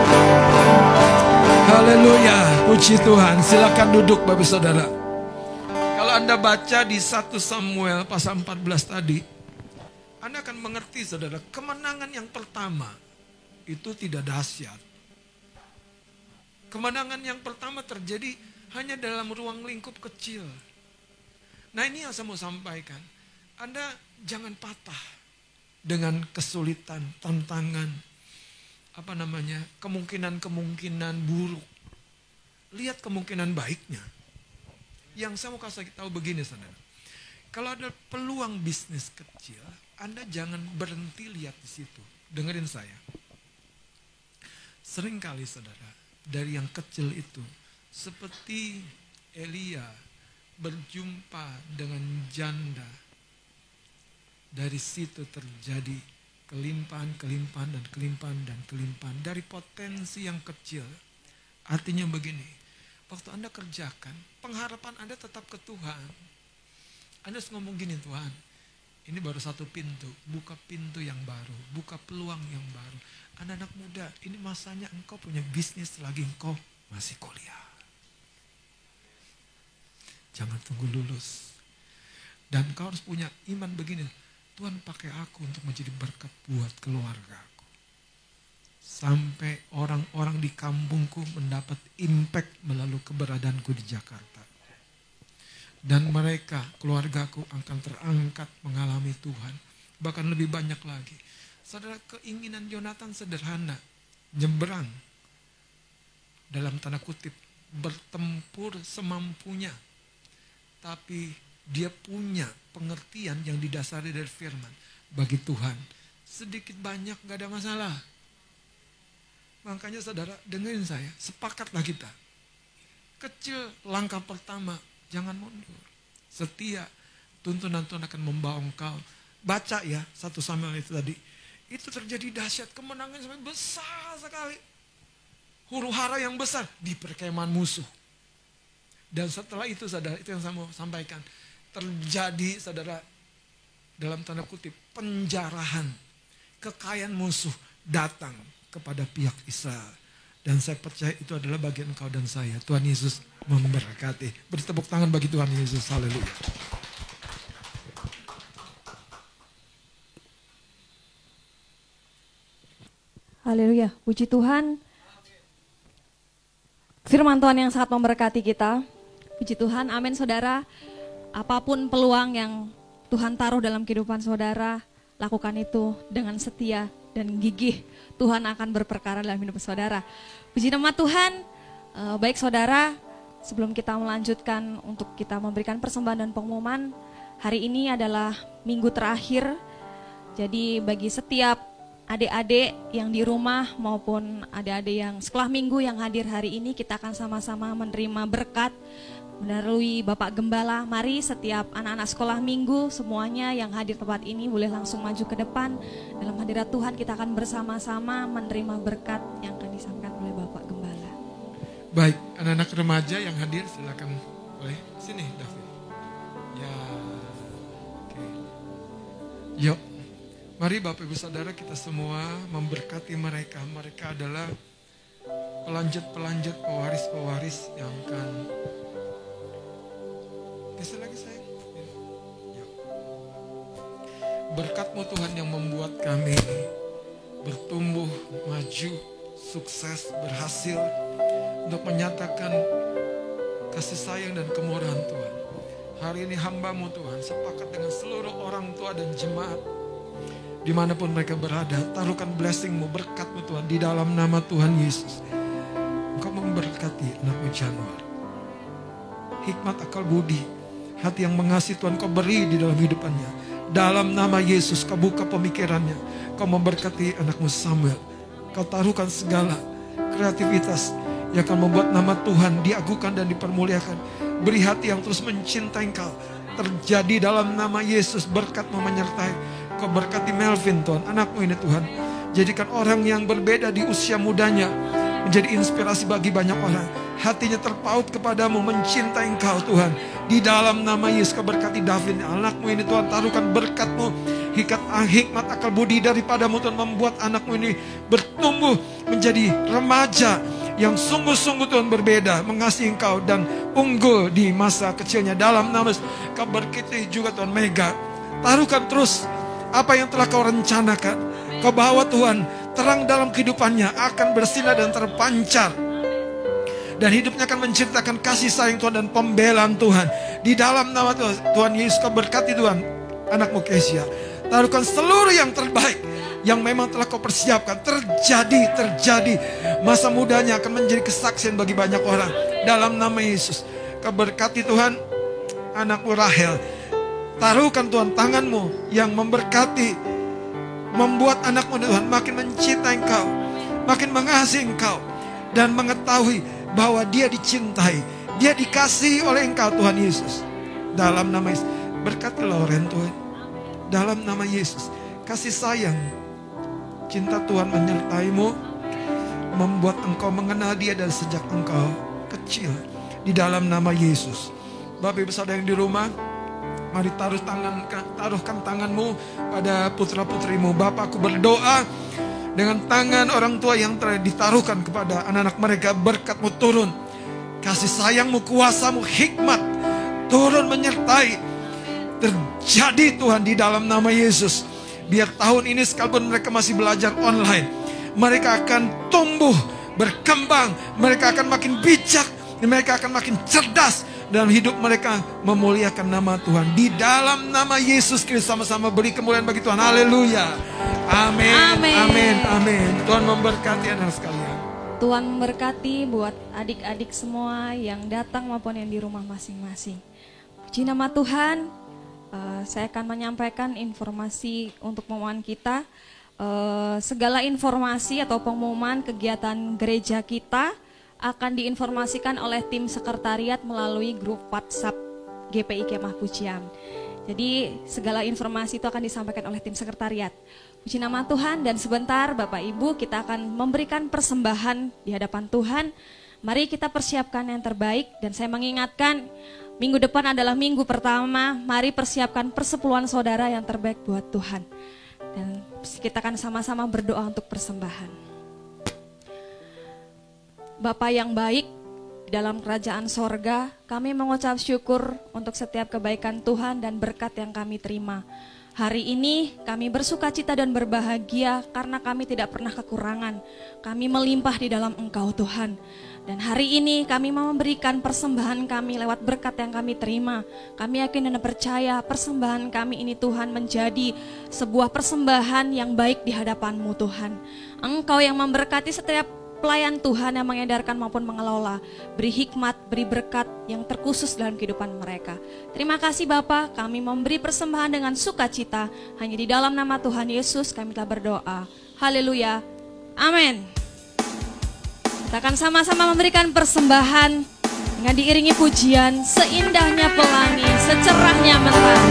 C: Haleluya, puji Tuhan. Silakan duduk Bapak Saudara. Kalau Anda baca di satu Samuel pasal empat belas tadi, Anda akan mengerti Saudara, kemenangan yang pertama itu tidak dahsyat. Kemenangan yang pertama terjadi hanya dalam ruang lingkup kecil. Nah, ini yang saya mau sampaikan. Anda jangan patah dengan kesulitan, tantangan, apa namanya, kemungkinan-kemungkinan buruk. Lihat kemungkinan baiknya. Yang saya mau kasih tahu begini Saudara. Kalau ada peluang bisnis kecil, Anda jangan berhenti lihat di situ. Dengerin saya. Seringkali Saudara, dari yang kecil itu, seperti Elia berjumpa dengan janda. Dari situ terjadi kelimpahan, kelimpahan, dan kelimpahan, dan kelimpahan. Dari potensi yang kecil. Artinya begini, waktu Anda kerjakan, pengharapan Anda tetap ke Tuhan. Anda harus ngomong gini, Tuhan, Ini baru satu pintu, buka pintu yang baru, buka peluang yang baru. Anak-anak muda, ini masanya engkau punya bisnis selagi engkau masih kuliah. Jangan tunggu lulus. Dan kau harus punya iman begini, Tuhan pakai aku untuk menjadi berkat buat keluargaku. Sampai orang-orang di kampungku mendapat impact melalui keberadaanku di Jakarta. Dan mereka, keluargaku akan terangkat mengalami Tuhan. Bahkan lebih banyak lagi. Saudara, keinginan Yonatan sederhana. Nyebrang. Dalam tanda kutip. Bertempur semampunya. Tapi dia punya pengertian yang didasari dari firman. Bagi Tuhan. Sedikit banyak gak ada masalah. Makanya saudara, dengerin saya. Sepakatlah kita. Kecil langkah pertama. Jangan mundur. Setia, tuntunan Tuhan akan membawa engkau. Baca ya, satu Samuel itu tadi. Itu terjadi dahsyat, kemenangan sampai besar sekali. Huru hara yang besar di perkemahan musuh. Dan setelah itu saudara, itu yang saya mau sampaikan. Terjadi saudara, dalam tanda kutip, penjarahan. Kekayaan musuh datang kepada pihak Israel. Dan saya percaya itu adalah bagian engkau dan saya. Tuhan Yesus memberkati. Beri tepuk tangan bagi Tuhan Yesus. Haleluya.
A: Haleluya. Puji Tuhan. Firman Tuhan yang sangat memberkati kita. Puji Tuhan. Amin saudara. Apapun peluang yang Tuhan taruh dalam kehidupan saudara, lakukan itu dengan setia dan gigih. Tuhan akan berperkara dalam hidup saudara. Puji nama Tuhan. E, baik saudara, sebelum kita melanjutkan untuk kita memberikan persembahan dan pengumuman, hari ini adalah minggu terakhir. Jadi bagi setiap adik-adik yang di rumah maupun adik-adik yang sekolah minggu yang hadir hari ini, kita akan sama-sama menerima berkat melalui Bapak Gembala. Mari setiap anak-anak sekolah minggu semuanya yang hadir tempat ini boleh langsung maju ke depan. Dalam hadirat Tuhan kita akan bersama-sama menerima berkat yang akan disampaikan oleh Bapak Gembala.
C: Baik, anak-anak remaja yang hadir silakan. Boleh, sini David. Ya, oke. Yuk, mari Bapak Ibu Saudara kita semua memberkati mereka. Mereka adalah pelanjut-pelanjut pewaris-pewaris yang akan. Geser lagi saya. Ya. Berkat-Mu Tuhan yang membuat kami bertumbuh, maju, sukses, berhasil untuk menyatakan kasih sayang dan kemurahan Tuhan. Hari ini hamba-Mu Tuhan sepakat dengan seluruh orang tua dan jemaat dimanapun mereka berada. Taruhkan blessing-Mu, berkat-Mu Tuhan di dalam nama Tuhan Yesus. Engkau memberkati anak-Mu Januar. Hikmat, akal, budi, hati yang mengasihi Tuhan kau beri di dalam hidupannya. Dalam nama Yesus kau buka pemikirannya. Kau memberkati anakmu Samuel. Kau taruhkan segala kreativitas yang akan membuat nama Tuhan diagungkan dan dipermuliakan. Beri hati yang terus mencintai Engkau. Terjadi dalam nama Yesus, berkat-Mu menyertai. Kau berkati Melvin Tuhan, anakmu ini Tuhan. Jadikan orang yang berbeda di usia mudanya menjadi inspirasi bagi banyak orang. Hatinya terpaut kepadamu, mencintai Engkau Tuhan. Di dalam nama Yesus kau berkati David, anakmu ini Tuhan. Taruhkan berkat-Mu, hikat hikmat akal budi daripadamu Tuhan. Membuat anakmu ini bertumbuh menjadi remaja yang sungguh-sungguh Tuhan berbeda, mengasihi Engkau dan unggul di masa kecilnya. Dalam nama Yesus kau berkati juga Tuhan Mega. Taruhkan terus apa yang telah kau rencanakan. Kau bawa Tuhan, terang dalam kehidupannya akan bersinar dan terpancar. Dan hidupnya akan menciptakan kasih sayang Tuhan dan pembelaan Tuhan. Di dalam nama Tuhan Yesus kau berkati Tuhan anakmu Kesia. Taruhkan seluruh yang terbaik yang memang telah kau persiapkan. Terjadi, terjadi. Masa mudanya akan menjadi kesaksian bagi banyak orang. Dalam nama Yesus kau berkati Tuhan anakmu Rahel. Taruhkan Tuhan tanganmu yang memberkati, membuat anakmu Tuhan makin mencintai Engkau, makin mengasihi Engkau, dan mengetahui bahwa dia dicintai, dia dikasihi oleh Engkau Tuhan Yesus. Dalam nama Yesus, berkati Loren Tuhan. Dalam nama Yesus, kasih sayang, cinta Tuhan menyertaimu, membuat engkau mengenal dia dari sejak engkau kecil. Di dalam nama Yesus. Bapak Ibu Saudara yang di rumah, Mari taruh tangan, taruhkan tanganmu pada putra-putrimu. Bapa, aku berdoa dengan tangan orang tua yang telah ditaruhkan kepada anak-anak mereka, berkat-Mu turun. Kasih sayang-Mu, kuasa-Mu, hikmat turun menyertai. Terjadi Tuhan di dalam nama Yesus. Biar tahun ini sekalipun mereka masih belajar online, mereka akan tumbuh, berkembang, mereka akan makin bijak, mereka akan makin cerdas dalam hidup mereka, memuliakan nama Tuhan. Di dalam nama Yesus Kristus sama-sama beri kemuliaan bagi Tuhan. Haleluya. Amin.
A: Amin.
C: Amin. Amin. Tuhan memberkati anak sekalian.
A: Tuhan memberkati buat adik-adik semua yang datang maupun yang di rumah masing-masing. Puji nama Tuhan. Uh, saya akan menyampaikan informasi untuk pengumuman kita. Uh, segala informasi atau pengumuman kegiatan gereja kita akan diinformasikan oleh tim sekretariat melalui grup WhatsApp G P I Kemah Pujian. Jadi segala informasi itu akan disampaikan oleh tim sekretariat. Puji nama Tuhan, dan sebentar Bapak Ibu kita akan memberikan persembahan di hadapan Tuhan. Mari kita persiapkan yang terbaik, dan saya mengingatkan minggu depan adalah minggu pertama. Mari persiapkan persepuluhan saudara yang terbaik buat Tuhan. Dan kita akan sama-sama berdoa untuk persembahan. Bapa yang baik di dalam kerajaan sorga, kami mengucap syukur untuk setiap kebaikan Tuhan dan berkat yang kami terima. Hari ini kami bersuka cita dan berbahagia karena kami tidak pernah kekurangan. Kami melimpah di dalam Engkau Tuhan. Dan hari ini kami mau memberikan persembahan kami lewat berkat yang kami terima. Kami yakin dan percaya persembahan kami ini Tuhan menjadi sebuah persembahan yang baik di hadapan-Mu Tuhan. Engkau yang memberkati setiap pelayan Tuhan yang mengedarkan maupun mengelola. Beri hikmat, beri berkat yang terkhusus dalam kehidupan mereka. Terima kasih Bapa, kami memberi persembahan dengan sukacita. Hanya di dalam nama Tuhan Yesus kami telah berdoa. Haleluya. Amin. Kita akan sama-sama memberikan persembahan dengan diiringi pujian, seindahnya pelangi, secerahnya mentari.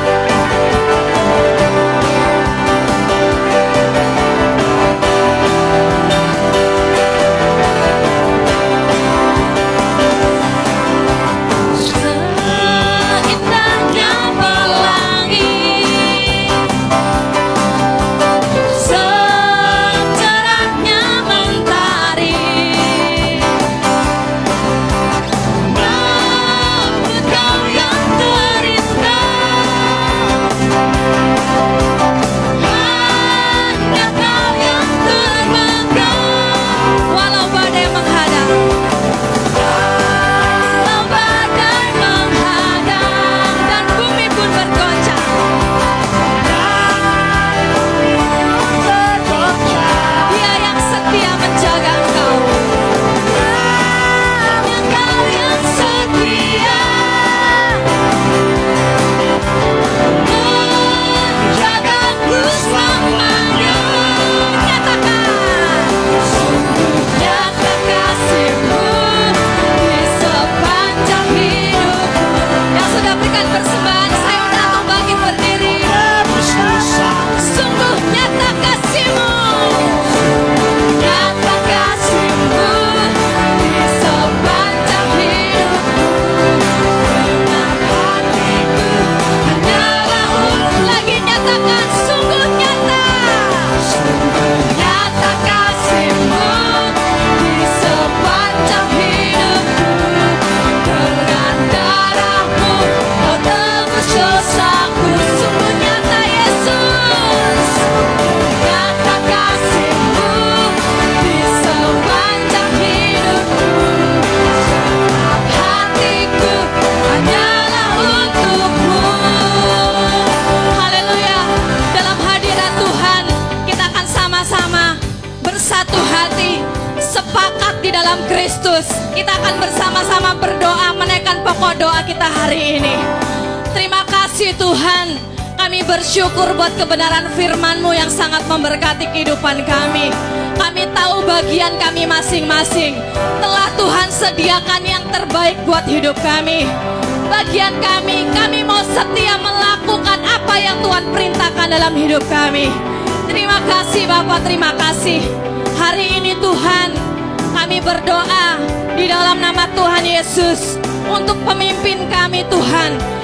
A: Kristus. Kita akan bersama-sama berdoa menaikkan pokok doa kita hari ini. Terima kasih Tuhan, kami bersyukur buat kebenaran firman-Mu yang sangat memberkati kehidupan kami. Kami tahu bagian kami masing-masing telah Tuhan sediakan yang terbaik buat hidup kami. Bagian kami, kami mau setia melakukan apa yang Tuhan perintahkan dalam hidup kami. Terima kasih Bapak, terima kasih. Hari ini Tuhan, kami berdoa di dalam nama Tuhan Yesus untuk pemimpin kami Tuhan.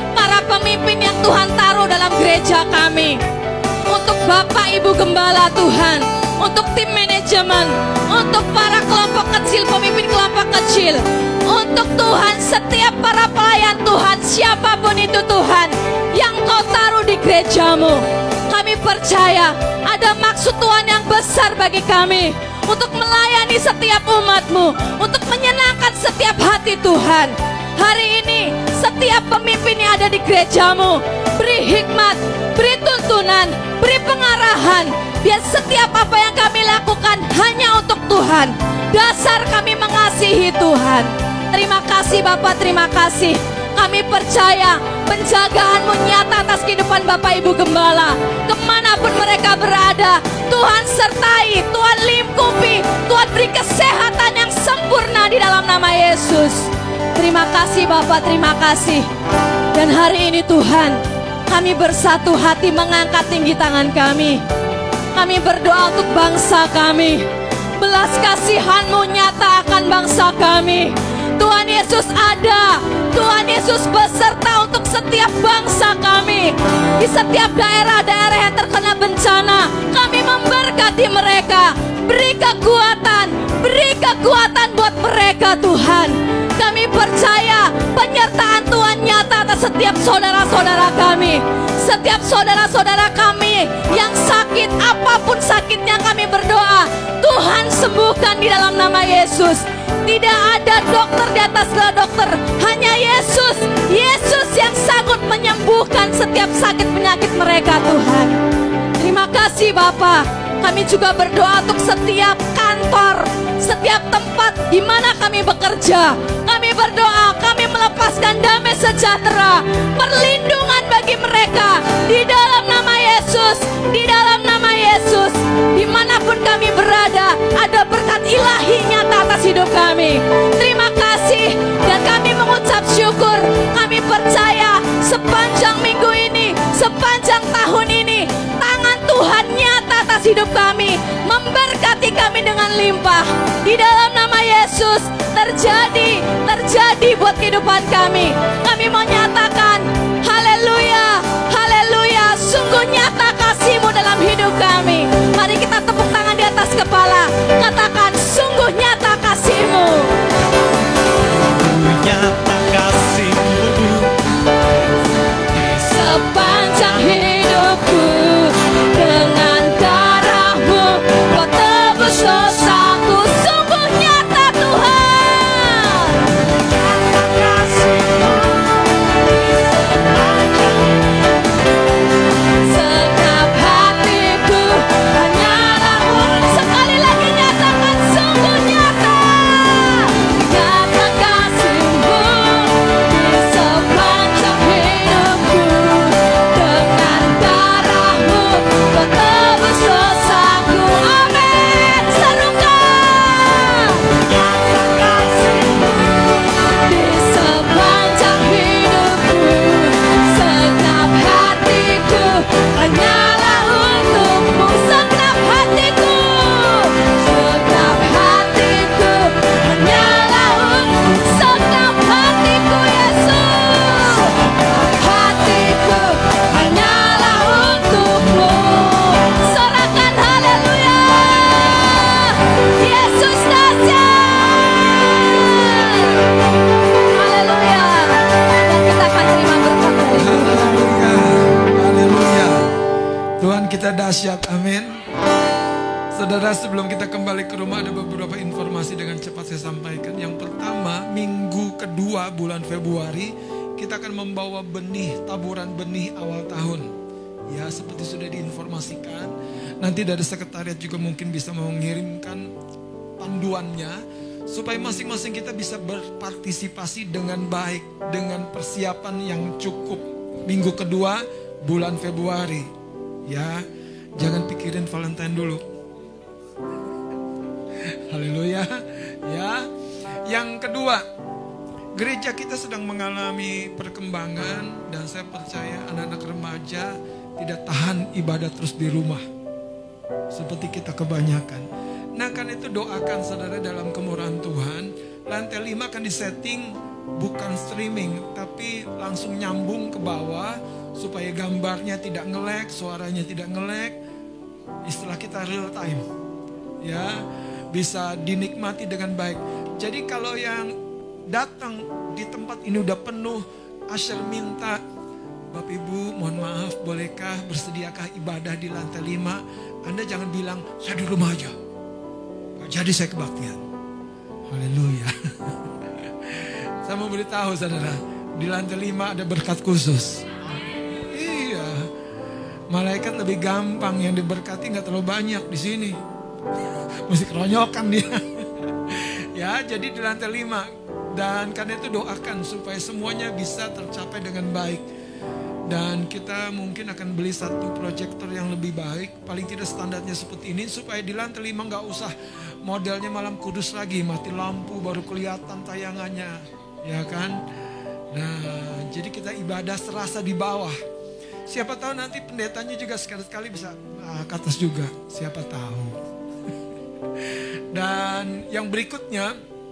B: para pemimpin yang Tuhan taruh dalam gereja kami. Untuk Bapak Ibu Gembala Tuhan, untuk tim manajemen, untuk para kelompok kecil, pemimpin kelompok kecil, untuk Tuhan setiap para pelayan Tuhan, siapapun itu Tuhan, yang Kau taruh di gerejamu. Kami percaya ada maksud Tuhan yang besar bagi kami, untuk melayani setiap umat-Mu, untuk menyenangkan setiap hati Tuhan. Hari ini setiap pemimpin yang ada di gerejamu, beri hikmat, beri tuntunan, beri pengarahan, biar setiap apa yang kami lakukan hanya untuk Tuhan. Dasar kami mengasihi Tuhan. Terima kasih Bapak, terima kasih. Kami percaya penjagaan-Mu nyata atas kehidupan Bapak Ibu Gembala. Kemanapun mereka berada, Tuhan sertai, Tuhan lingkupi, Tuhan beri kesehatan yang sempurna di dalam nama Yesus. Terima kasih Bapak, terima kasih. Dan hari ini Tuhan, kami bersatu hati mengangkat tinggi tangan kami. Kami berdoa untuk bangsa kami. Belas kasihan-Mu nyata akan bangsa kami. Tuhan Yesus ada. Tuhan Yesus beserta untuk setiap bangsa kami. Di setiap daerah-daerah yang terkena bencana, kami memberkati mereka. Beri kekuatan, beri kekuatan buat mereka Tuhan. Kami percaya penyertaan Tuhan nyata atas setiap saudara-saudara kami. Setiap saudara-saudara kami yang sakit, apapun sakitnya kami berdoa, Tuhan sembuhkan di dalam nama Yesus. Tidak ada dokter di atas segala dokter, hanya Yesus. Yesus yang sanggup menyembuhkan setiap sakit penyakit mereka Tuhan. Terima kasih Bapa. Kami juga berdoa untuk setiap kantor, setiap tempat di mana kami bekerja. Kami berdoa, kami melepaskan damai sejahtera, perlindungan bagi mereka di dalam nama Yesus, di dalam nama Yesus. Dimanapun kami berada, ada berkat ilahi nyata atas hidup kami. Terima kasih dan kami mengucap syukur. Kami percaya sepanjang minggu ini, sepanjang tahun ini, tangan Tuhan nyata atas hidup kami, memberkati kami dengan limpah. Di dalam nama Yesus, terjadi, terjadi buat kehidupan kami. Kami mau nyatakan, haleluya, haleluya, sungguh nyata kasih-Mu dalam hidup kami. Mari kita tepuk tangan di atas kepala, katakan sungguh nyata kasih-Mu.
E: Nyata kasih-Mu
B: Sepanjang hidupku, dengan darah-Mu Kau tebus dosaku. Sungguh nyata Tuhan.
E: Nyata kasih-Mu
B: Segenap hatiku hanyalah untuk. Sekali lagi nyatakan sungguh nyata. Nyata kasih-Mu di sepanjang hidupku, dengan darah-Mu Kau tebus dosaku. Amin. Serukan.
E: Nyata kasih-Mu
B: Di sepanjang hidupku, segenap hatiku hanyalah untuk-Mu. Segenap hatiku, segenap hatiku hanyalah untuk. Segenap hatiku Yesus, hatiku hanyalah untuk-Mu. Sorakan haleluya, Yesus dahsyat. Haleluya. Dan kita akan terima berkat dari Tuhan.
C: Haleluya, haleluya. Tuhan kita dahsyat, amin. Saudara, sebelum kita kembali ke rumah ada beberapa informasi dengan cepat saya sampaikan. Yang pertama, minggu kedua bulan Februari kita akan membawa benih, taburan benih awal tahun. Ya, seperti sudah diinformasikan. Nanti dari sekretariat juga mungkin bisa mengirimkan panduannya supaya masing-masing kita bisa berpartisipasi dengan baik, dengan persiapan yang cukup. Minggu kedua bulan Februari. Ya, jangan pikirin Valentine dulu. Haleluya. Ya. Yang kedua, gereja kita sedang mengalami perkembangan dan saya percaya anak-anak remaja tidak tahan ibadah terus di rumah seperti kita kebanyakan. Nah, kan itu doakan saudara dalam kemurahan Tuhan, lantai lima akan disetting bukan streaming, tapi langsung nyambung ke bawah supaya gambarnya tidak nge-lag, suaranya tidak nge-lag. Istilah kita real time, ya, bisa dinikmati dengan baik. Jadi kalau yang datang di tempat ini udah penuh, Asher minta, Bapak Ibu mohon maaf, bolehkah bersediakah ibadah di lantai lima? Anda jangan bilang, saya di rumah aja, jadi saya kebaktian. Haleluya. Saya mau beritahu saudara, di lantai lima ada berkat khusus. Iya, malaikat lebih gampang, yang diberkati nggak terlalu banyak di sini. Mesti keronyokan dia. Ya, jadi di lantai lima. Dan karena itu doakan supaya semuanya bisa tercapai dengan baik. Dan kita mungkin akan beli satu proyektor yang lebih baik, paling tidak standarnya seperti ini, supaya di lantai lima nggak usah modelnya malam kudus lagi, mati lampu baru kelihatan tayangannya. Ya kan? Nah, jadi kita ibadah serasa di bawah. Siapa tahu nanti pendetanya juga sekali-sekali bisa nah, ke atas juga. Siapa tahu. Dan yang berikutnya,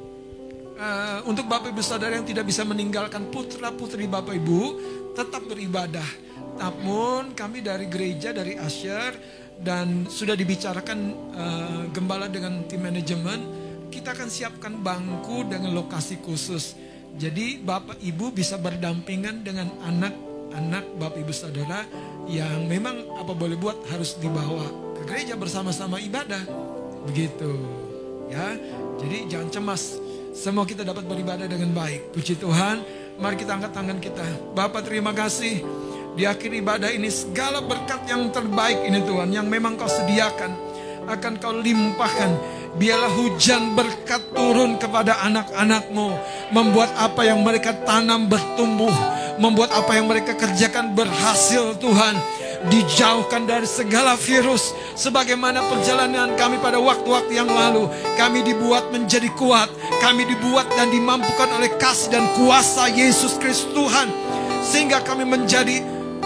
C: uh, untuk Bapak Ibu Saudara yang tidak bisa meninggalkan putra-putri Bapak Ibu, tetap beribadah. Namun kami dari gereja, dari Asher, dan sudah dibicarakan uh, gembala dengan tim manajemen, kita akan siapkan bangku dengan lokasi khusus. Jadi Bapak Ibu bisa berdampingan dengan anak-anak Bapak Ibu Saudara yang memang apa boleh buat harus dibawa ke gereja bersama-sama ibadah. Begitu ya. Jadi jangan cemas, semua kita dapat beribadah dengan baik. Puji Tuhan. Mari kita angkat tangan kita. Bapak terima kasih, di akhir ibadah ini segala berkat yang terbaik ini Tuhan, yang memang Kau sediakan, akan Kau limpahkan. Biarlah hujan berkat turun kepada anak-anak-Mu, membuat apa yang mereka tanam bertumbuh, membuat apa yang mereka kerjakan berhasil Tuhan. Dijauhkan dari segala virus, sebagaimana perjalanan kami pada waktu-waktu yang lalu. Kami dibuat menjadi kuat, kami dibuat dan dimampukan oleh kasih dan kuasa Yesus Kristus Tuhan, sehingga kami menjadi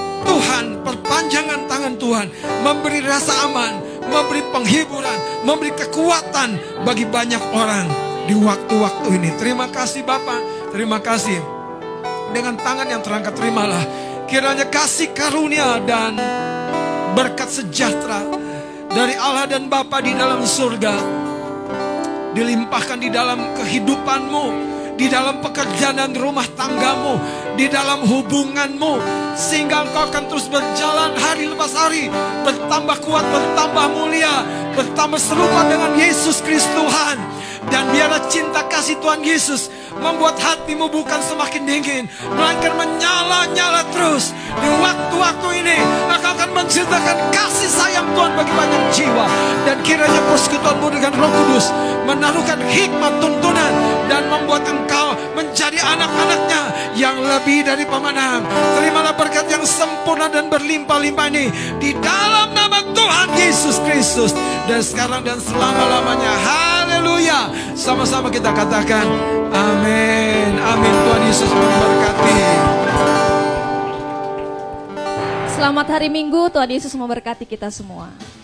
C: Tuhan, perpanjangan tangan Tuhan, memberi rasa aman, memberi penghiburan, memberi kekuatan bagi banyak orang di waktu-waktu ini. Terima kasih Bapak, terima kasih. Dengan tangan yang terangkat terimalah kiranya kasih karunia dan berkat sejahtera dari Allah dan Bapa di dalam surga dilimpahkan di dalam kehidupanmu, di dalam pekerjaan dan rumah tanggamu, di dalam hubunganmu, sehingga engkau akan terus berjalan hari lepas hari, bertambah kuat, bertambah mulia, bertambah serupa dengan Yesus Kristus Tuhan. Dan biarlah cinta kasih Tuhan Yesus membuat hatimu bukan semakin dingin, melainkan menyala-nyala terus. Di waktu-waktu ini engkau akan menceritakan kasih sayang Tuhan bagi banyak jiwa. Dan kiranya persekutuanmu dengan Roh Kudus menaruhkan hikmat tuntunan dan membuat engkau menjadi anak-anaknya yang lebih dari pemenang. Terimalah berkat yang sempurna dan berlimpah-limpah ini di dalam nama Tuhan Yesus Kristus, dan sekarang dan selama-lamanya. Haleluya. Sama-sama kita katakan amin. Amin. Tuhan Yesus memberkati.
A: Selamat hari Minggu, Tuhan Yesus memberkati kita semua.